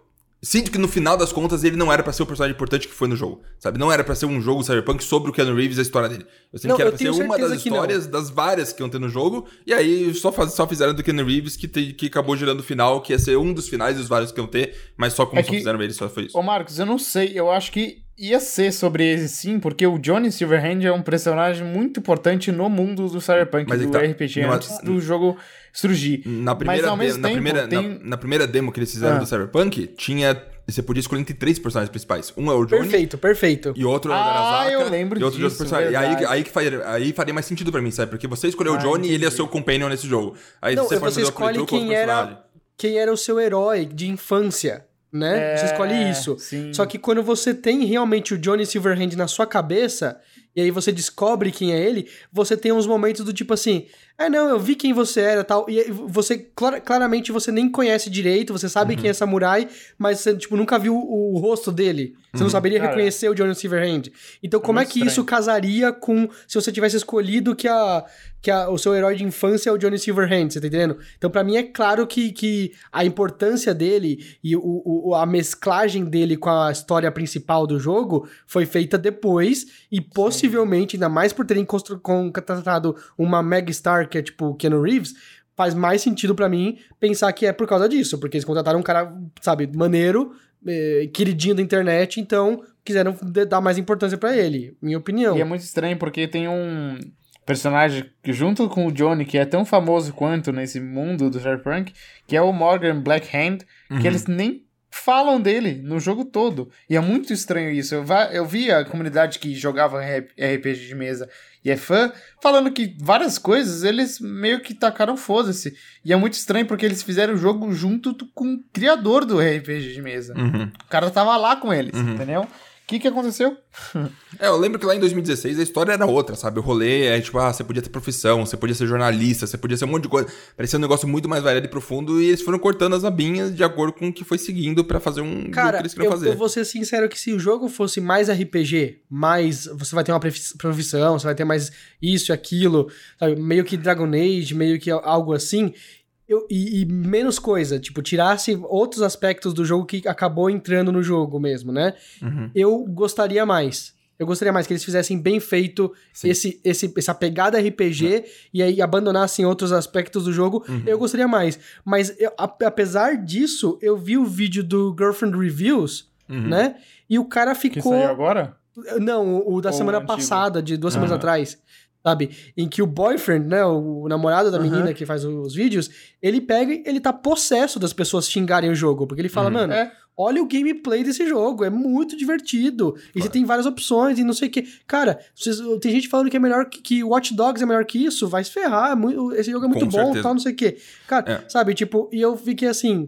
sinto que no final das contas ele não era pra ser o personagem importante que foi no jogo, sabe? Não era pra ser um jogo Cyberpunk sobre o Keanu Reeves e a história dele. Eu sinto Não, que era eu pra ser tenho uma das certeza que histórias das várias que iam ter no jogo, e aí só, faz, só fizeram do Keanu Reeves que, te, que acabou gerando o final, que ia ser um dos finais dos vários que iam ter, mas só como É só que- fizeram ele, só foi isso. Ô Marcos, eu não sei, eu acho que ia ser sobre ele sim, porque o Johnny Silverhand é um personagem muito importante no mundo do Cyberpunk, Mas é do que tá, R P G, numa- antes do jogo surgir. Na primeira, Mas ao de- mesmo na, tempo, primeira, tem... na, na primeira demo que eles fizeram Ah. do Cyberpunk, tinha. Você podia escolher entre três personagens principais. Um é o Johnny. Perfeito, perfeito. E outro é o Ah, Garazaka. eu lembro e outro de outro disso, personagem. E aí, verdade. aí, que faria, aí faria mais sentido pra mim, sabe? Porque você escolheu o Ah, Johnny e ele é entendi. seu companion nesse jogo. Aí Não, você você pode fazer uma escolhe playthrough com outro quem era- personagem. Quem era o seu herói de infância, né? É, Você escolhe isso. sim. Só que quando você tem realmente o Johnny Silverhand na sua cabeça, e aí você descobre quem é ele, você tem uns momentos do tipo assim, ah não, eu vi quem você era tal, e aí você, clar- claramente você nem conhece direito, você sabe quem é samurai, mas você, tipo, nunca viu o, o rosto dele. Você não saberia Cara, reconhecer o Johnny Silverhand. Então como é muito que isso estranho. casaria com se você tivesse escolhido que, a, que a, o seu herói de infância é o Johnny Silverhand, você tá entendendo? Então pra mim é claro que, que a importância dele e o, o, a mesclagem dele com a história principal do jogo foi feita depois e possivelmente, ainda mais por terem constru- contratado uma megastar que é tipo Keanu Reeves, faz mais sentido pra mim pensar que é por causa disso, porque eles contrataram um cara, sabe, maneiro, eh, queridinho da internet, então quiseram de- dar mais importância pra ele, minha opinião. E é muito estranho porque tem um personagem que, junto com o Johnny, que é tão famoso quanto nesse mundo do Cyberpunk, que é o Morgan Blackhand, que eles nem falam dele no jogo todo. E é muito estranho isso. Eu, va- eu vi a comunidade que jogava R P G de mesa e é fã, falando que várias coisas eles meio que tacaram foda-se. E é muito estranho porque eles fizeram o jogo junto t- com o criador do R P G de mesa. Uhum. O cara tava lá com eles, entendeu? O que que aconteceu? É, eu lembro que lá em dois mil e dezesseis a história era outra, sabe? O rolê é tipo, ah, você podia ter profissão, você podia ser jornalista, você podia ser um monte de coisa. Parecia um negócio muito mais variado e profundo e eles foram cortando as abinhas de acordo com o que foi seguindo pra fazer um jogo Cara, que eles queriam eu, fazer. eu vou ser sincero que se o jogo fosse mais R P G, mais você vai ter uma prefi- profissão, você vai ter mais isso e aquilo, sabe? Meio que Dragon Age, meio que algo assim, eu, e, e menos coisa, tipo, tirasse outros aspectos do jogo que acabou entrando no jogo mesmo, né? Uhum. Eu gostaria mais. Eu gostaria mais que eles fizessem bem feito Sim. esse, esse, essa pegada R P G e aí abandonassem outros aspectos do jogo. Uhum. Eu gostaria mais. Mas eu- a- apesar disso, eu vi o vídeo do Girlfriend Reviews, Uhum. né? E o cara Que ficou... saiu agora? Não, o, o da Ou semana o antigo? passada, de duas semanas Aham. atrás. Sabe? Em que o boyfriend, né? O, o namorado da Aham. menina que faz os vídeos, ele pega e ele tá possesso das pessoas xingarem o jogo. Porque ele fala, Uhum. mano, É. olha o gameplay desse jogo, é muito divertido. E você tem várias opções e não sei o que. Cara, vocês- tem gente falando que é melhor que, que Watch Dogs é melhor que isso, vai se ferrar. é muito- esse jogo é muito Com bom, certeza. tal, não sei o que. Cara, É. sabe, tipo, e eu fiquei assim.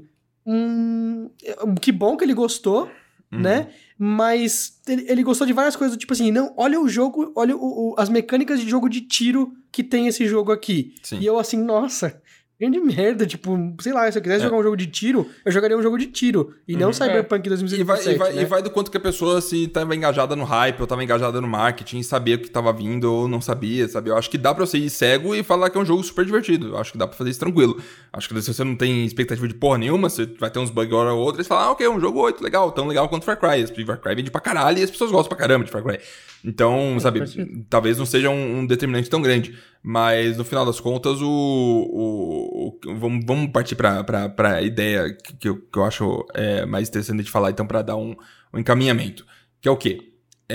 Hum, que bom que ele gostou, Uhum. né? Mas ele, ele gostou de várias coisas, tipo assim, não, olha o jogo, olha o- o- as mecânicas de jogo de tiro que tem esse jogo aqui. Sim. E eu assim, nossa, grande merda, tipo, sei lá, se eu quisesse É. jogar um jogo de tiro, eu jogaria um jogo de tiro, e não Cyberpunk dois mil e E vai, dezessete, e, vai, né? e vai do quanto que a pessoa se tava engajada no hype, ou tava engajada no marketing, sabia o que tava vindo ou não sabia, sabe? Eu acho que dá pra você ir cego e falar que é um jogo super divertido. Eu acho que dá pra fazer isso tranquilo. Acho que se você não tem expectativa de porra nenhuma, você vai ter uns bugs hora ou outra, e você fala, ah, ok, é um jogo oito, legal, tão legal quanto Far Cry. Esse Far Cry vende pra caralho e as pessoas gostam pra caramba de Far Cry. Então, sabe, faz sentido. talvez não seja um, um determinante tão grande. Mas, no final das contas, o... o, o- vamos, vamos partir pra, pra, pra ideia que, que, eu, que eu acho é, mais interessante de falar, então, pra dar um, um encaminhamento. Que é o quê?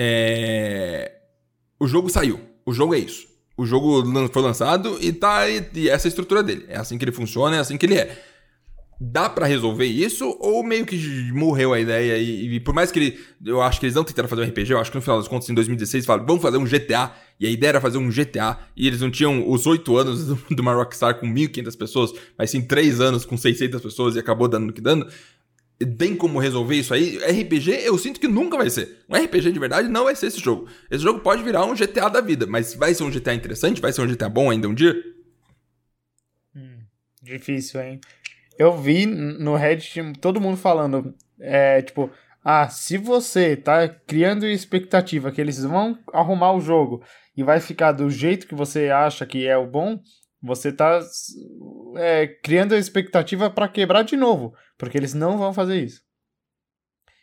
É... O jogo saiu. O jogo é isso. O jogo lan- foi lançado e tá e, e essa é a estrutura dele. É assim que ele funciona, é assim que ele é. Dá pra resolver isso ou meio que morreu a ideia e, e por mais que ele... Eu acho que eles não tentaram fazer um R P G, eu acho que no final das contas, em dois mil e dezesseis, falaram, vamos fazer um G T A. E a ideia era fazer um G T A e eles não tinham os oito anos do- de uma Rockstar com mil e quinhentas pessoas, mas sim três anos com seiscentas pessoas e acabou dando no que dando. Tem como resolver isso aí? R P G, eu sinto que nunca vai ser. Um R P G de verdade não vai ser esse jogo. Esse jogo pode virar um G T A da vida, mas vai ser um G T A interessante? Vai ser um G T A bom ainda um dia? Difícil, hein? Eu vi no Reddit todo mundo falando, é, tipo, ah, se você tá criando expectativa que eles vão arrumar o jogo e vai ficar do jeito que você acha que é o bom, você tá é, criando a expectativa pra quebrar de novo, porque eles não vão fazer isso.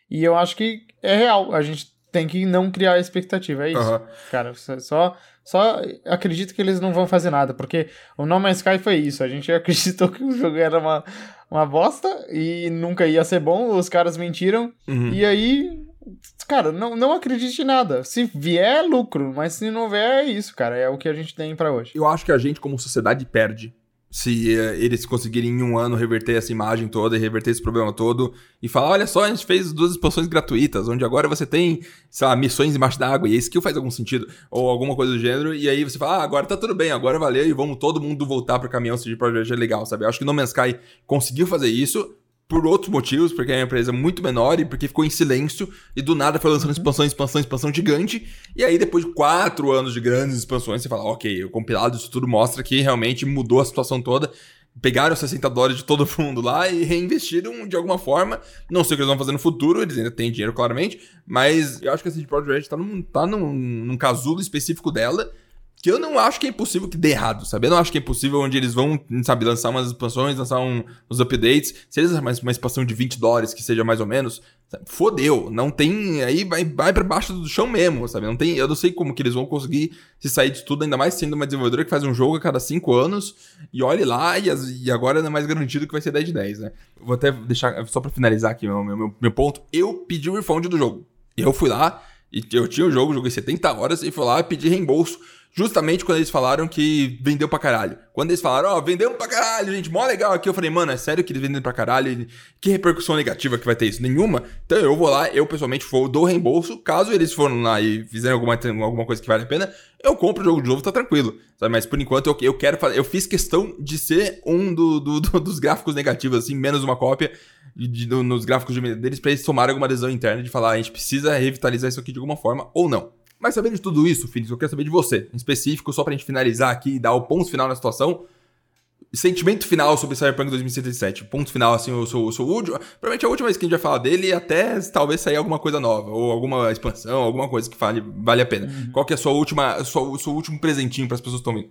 E eu acho que é real, a gente tem que não criar expectativa, é isso. Uhum. Cara, só, só acredito que eles não vão fazer nada, porque o No Man's Sky foi isso, a gente acreditou que o jogo era uma, uma bosta e nunca ia ser bom, os caras mentiram, uhum. E aí, cara, não, não acredite em nada. Se vier, é lucro, mas se não vier, é isso, cara, é o que a gente tem pra hoje. Eu acho que a gente, como sociedade, perde. Se uh, eles conseguirem em um ano reverter essa imagem toda e reverter esse problema todo e falar, olha só, a gente fez duas expansões gratuitas, onde agora você tem, sei lá, missões embaixo d'água, e a skill faz algum sentido, ou alguma coisa do gênero, e aí você fala, ah, agora tá tudo bem, agora valeu, e vamos todo mundo voltar pro caminhão C D Projekt, é legal, sabe? Eu acho que No Man's Sky conseguiu fazer isso, por outros motivos, porque é uma empresa muito menor e porque ficou em silêncio e do nada foi lançando expansão, expansão, expansão gigante. E aí, depois de quatro anos de grandes expansões, você fala, ok, o compilado disso tudo mostra que realmente mudou a situação toda. Pegaram sessenta dólares de todo mundo lá e reinvestiram de alguma forma. Não sei o que eles vão fazer no futuro, eles ainda têm dinheiro, claramente. Mas eu acho que a C D Projekt tá num, tá num, num casulo específico dela, que eu não acho que é impossível que dê errado, sabe? Eu não acho que é impossível onde eles vão, sabe, lançar umas expansões, lançar um, uns updates. Se eles lançarem uma expansão de vinte dólares, que seja mais ou menos, sabe? Fodeu. Não tem... Aí vai, vai pra baixo do chão mesmo, sabe? Não tem, eu não sei como que eles vão conseguir se sair disso tudo, ainda mais sendo uma desenvolvedora que faz um jogo a cada cinco anos. E olhe lá, e, as, e agora é mais garantido que vai ser dez de dez, né? Vou até deixar, só pra finalizar aqui meu, meu, meu ponto. Eu pedi o refund do jogo. Eu fui lá, e eu tinha o jogo, joguei setenta horas, e fui lá e pedi reembolso. Justamente quando eles falaram que vendeu pra caralho. Quando eles falaram, ó, oh, vendemos pra caralho, gente, mó legal aqui. Eu falei, mano, é sério que eles vendem pra caralho? Que repercussão negativa que vai ter isso? Nenhuma? Então eu vou lá, eu pessoalmente vou, dou reembolso. Caso eles foram lá e fizerem alguma, alguma coisa que vale a pena, eu compro o jogo de novo, tá tranquilo. Sabe? Mas por enquanto eu, eu quero fazer, eu fiz questão de ser um do, do, do, dos gráficos negativos, assim, menos uma cópia de, de, do, nos gráficos de, deles, pra eles tomarem alguma adesão interna de falar, a gente precisa revitalizar isso aqui de alguma forma, ou não. Mas sabendo de tudo isso, Phoenix, eu quero saber de você, em específico, só pra gente finalizar aqui e dar o ponto final na situação. Sentimento final sobre Cyberpunk dois mil e setenta e sete. Ponto final, assim, eu sou, eu sou o último. Provavelmente é a última vez que a gente vai falar dele, até talvez sair alguma coisa nova, ou alguma expansão, alguma coisa que vale, vale a pena. Uhum. Qual que é a sua última, sua, o seu último presentinho pras pessoas que estão vindo?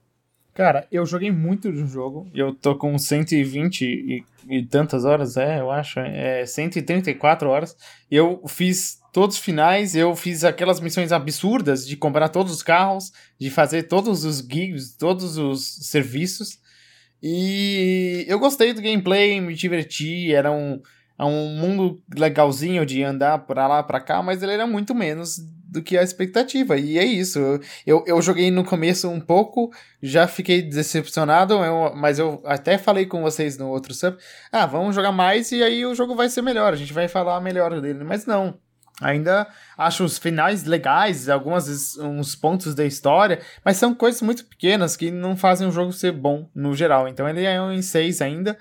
Cara, eu joguei muito do jogo. Eu tô com cento e vinte e, e tantas horas, é, eu acho. É cento e trinta e quatro horas. Eu fiz todos os finais, eu fiz aquelas missões absurdas de comprar todos os carros, de fazer todos os gigs, todos os serviços. E eu gostei do gameplay, me diverti, era um, um mundo legalzinho de andar pra lá, pra cá, mas ele era muito menos do que a expectativa, e é isso. Eu, eu joguei no começo um pouco, já fiquei decepcionado, eu, mas eu até falei com vocês no outro sub, ah, vamos jogar mais e aí o jogo vai ser melhor, a gente vai falar melhor dele, mas não. Ainda acho os finais legais, alguns uns pontos da história, mas são coisas muito pequenas que não fazem o jogo ser bom no geral. Então ele é um em seis ainda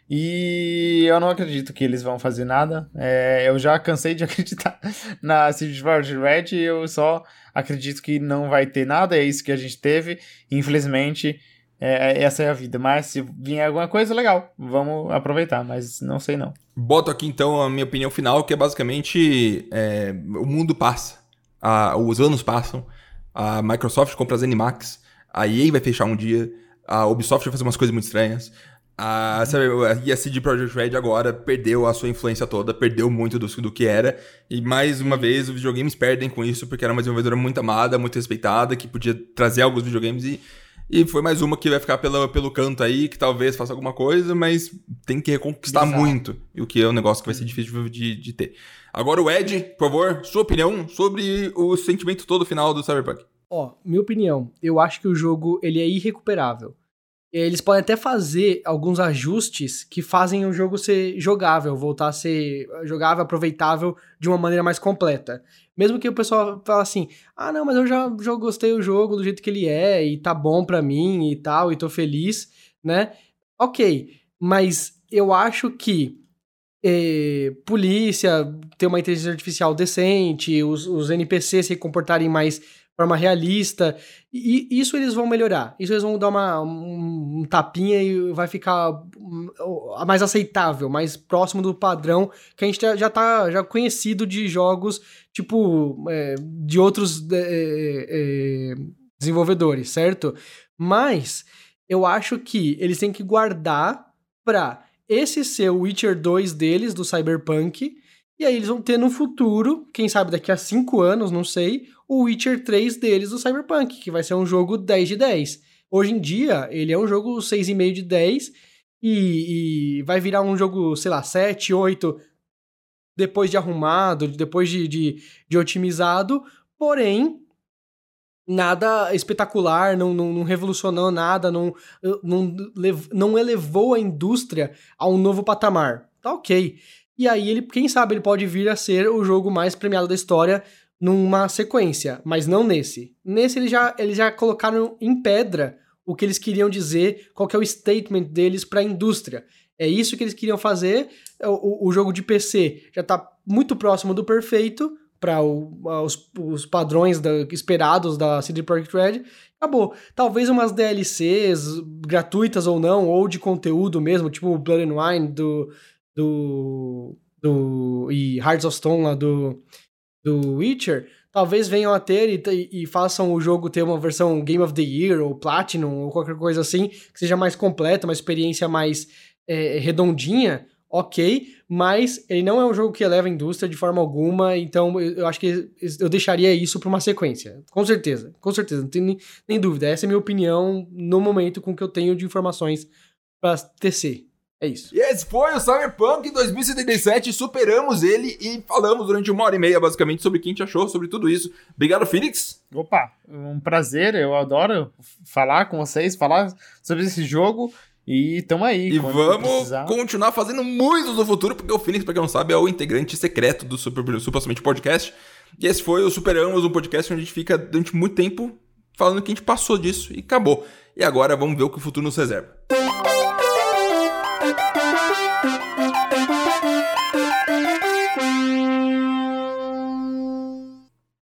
e eu não acredito que eles vão fazer nada. É, eu já cansei de acreditar na C D Projekt Red e eu só acredito que não vai ter nada. É isso que a gente teve, infelizmente. É, essa é a vida, mas se vier alguma coisa, legal, vamos aproveitar, mas não sei não. Boto aqui então a minha opinião final, que é basicamente é, o mundo passa, a, os anos passam, a Microsoft compra as Animax, a E A vai fechar um dia, a Ubisoft vai fazer umas coisas muito estranhas, a, sabe, e a C D Projekt Red agora perdeu a sua influência toda, perdeu muito do, do que era, e mais uma vez os videogames perdem com isso, porque era uma desenvolvedora muito amada, muito respeitada, que podia trazer alguns videogames e... E foi mais uma que vai ficar pela, pelo canto aí, que talvez faça alguma coisa, mas tem que reconquistar Exato. muito. E o que é um negócio que vai ser difícil de, de ter. Agora o Ed, por favor, sua opinião sobre o sentimento todo final do Cyberpunk. Ó, minha opinião, eu acho que o jogo ele é irrecuperável. Eles podem até fazer alguns ajustes que fazem o jogo ser jogável, voltar a ser jogável, aproveitável de uma maneira mais completa. Mesmo que o pessoal fale assim, ah não, mas eu já, já gostei do jogo do jeito que ele é, e tá bom pra mim e tal, e tô feliz, né? Ok, mas eu acho que eh, polícia, ter uma inteligência artificial decente, os, os N P Cs se comportarem mais de forma realista, e isso eles vão melhorar. Isso eles vão dar uma, um, um tapinha e vai ficar mais aceitável, mais próximo do padrão que a gente já tá já conhecido de jogos, tipo, é, de outros é, é, desenvolvedores, certo? Mas eu acho que eles têm que guardar pra esse ser o Witcher dois deles, do Cyberpunk, E aí eles vão ter no futuro, quem sabe daqui a cinco anos, não sei, o Witcher três deles do Cyberpunk, que vai ser um jogo dez de dez. Hoje em dia, ele é um jogo seis vírgula cinco de dez e, e vai virar um jogo, sei lá, sete, oito, depois de arrumado, depois de, de, de otimizado, porém, nada espetacular, não, não, não revolucionou nada, não, não, não elevou a indústria a um novo patamar. Tá ok. E aí, ele, quem sabe, ele pode vir a ser o jogo mais premiado da história numa sequência, mas não nesse. Nesse, eles já, eles já colocaram em pedra o que eles queriam dizer, qual que é o statement deles para a indústria. É isso que eles queriam fazer. O, o jogo de P C já tá muito próximo do perfeito para os, os padrões da, esperados da C D Projekt Red. Acabou. Talvez umas D L Cs, gratuitas ou não, ou de conteúdo mesmo, tipo Blood and Wine do, do, do, e Hearts of Stone lá do, do Witcher, talvez venham a ter e, e façam o jogo ter uma versão Game of the Year ou Platinum ou qualquer coisa assim, que seja mais completa, uma experiência mais é, redondinha, ok, mas ele não é um jogo que eleva a indústria de forma alguma, então eu acho que eu deixaria isso pra uma sequência, com certeza, com certeza, não tem nem, nem dúvida, essa é a minha opinião no momento com que eu tenho de informações pra T C. É isso. E esse foi o Cyberpunk dois mil e setenta e sete, superamos ele e falamos durante uma hora e meia, basicamente, sobre o que a gente achou sobre tudo isso. Obrigado, Felix. Opa, um prazer, eu adoro falar com vocês, falar sobre esse jogo e tamo aí. E vamos continuar fazendo muitos no futuro, porque o Felix, pra quem não sabe, é o integrante secreto do Super, Supostamente Podcast. E esse foi o Superamos, um podcast onde a gente fica durante muito tempo falando que a gente passou disso e acabou. E agora vamos ver o que o futuro nos reserva. Música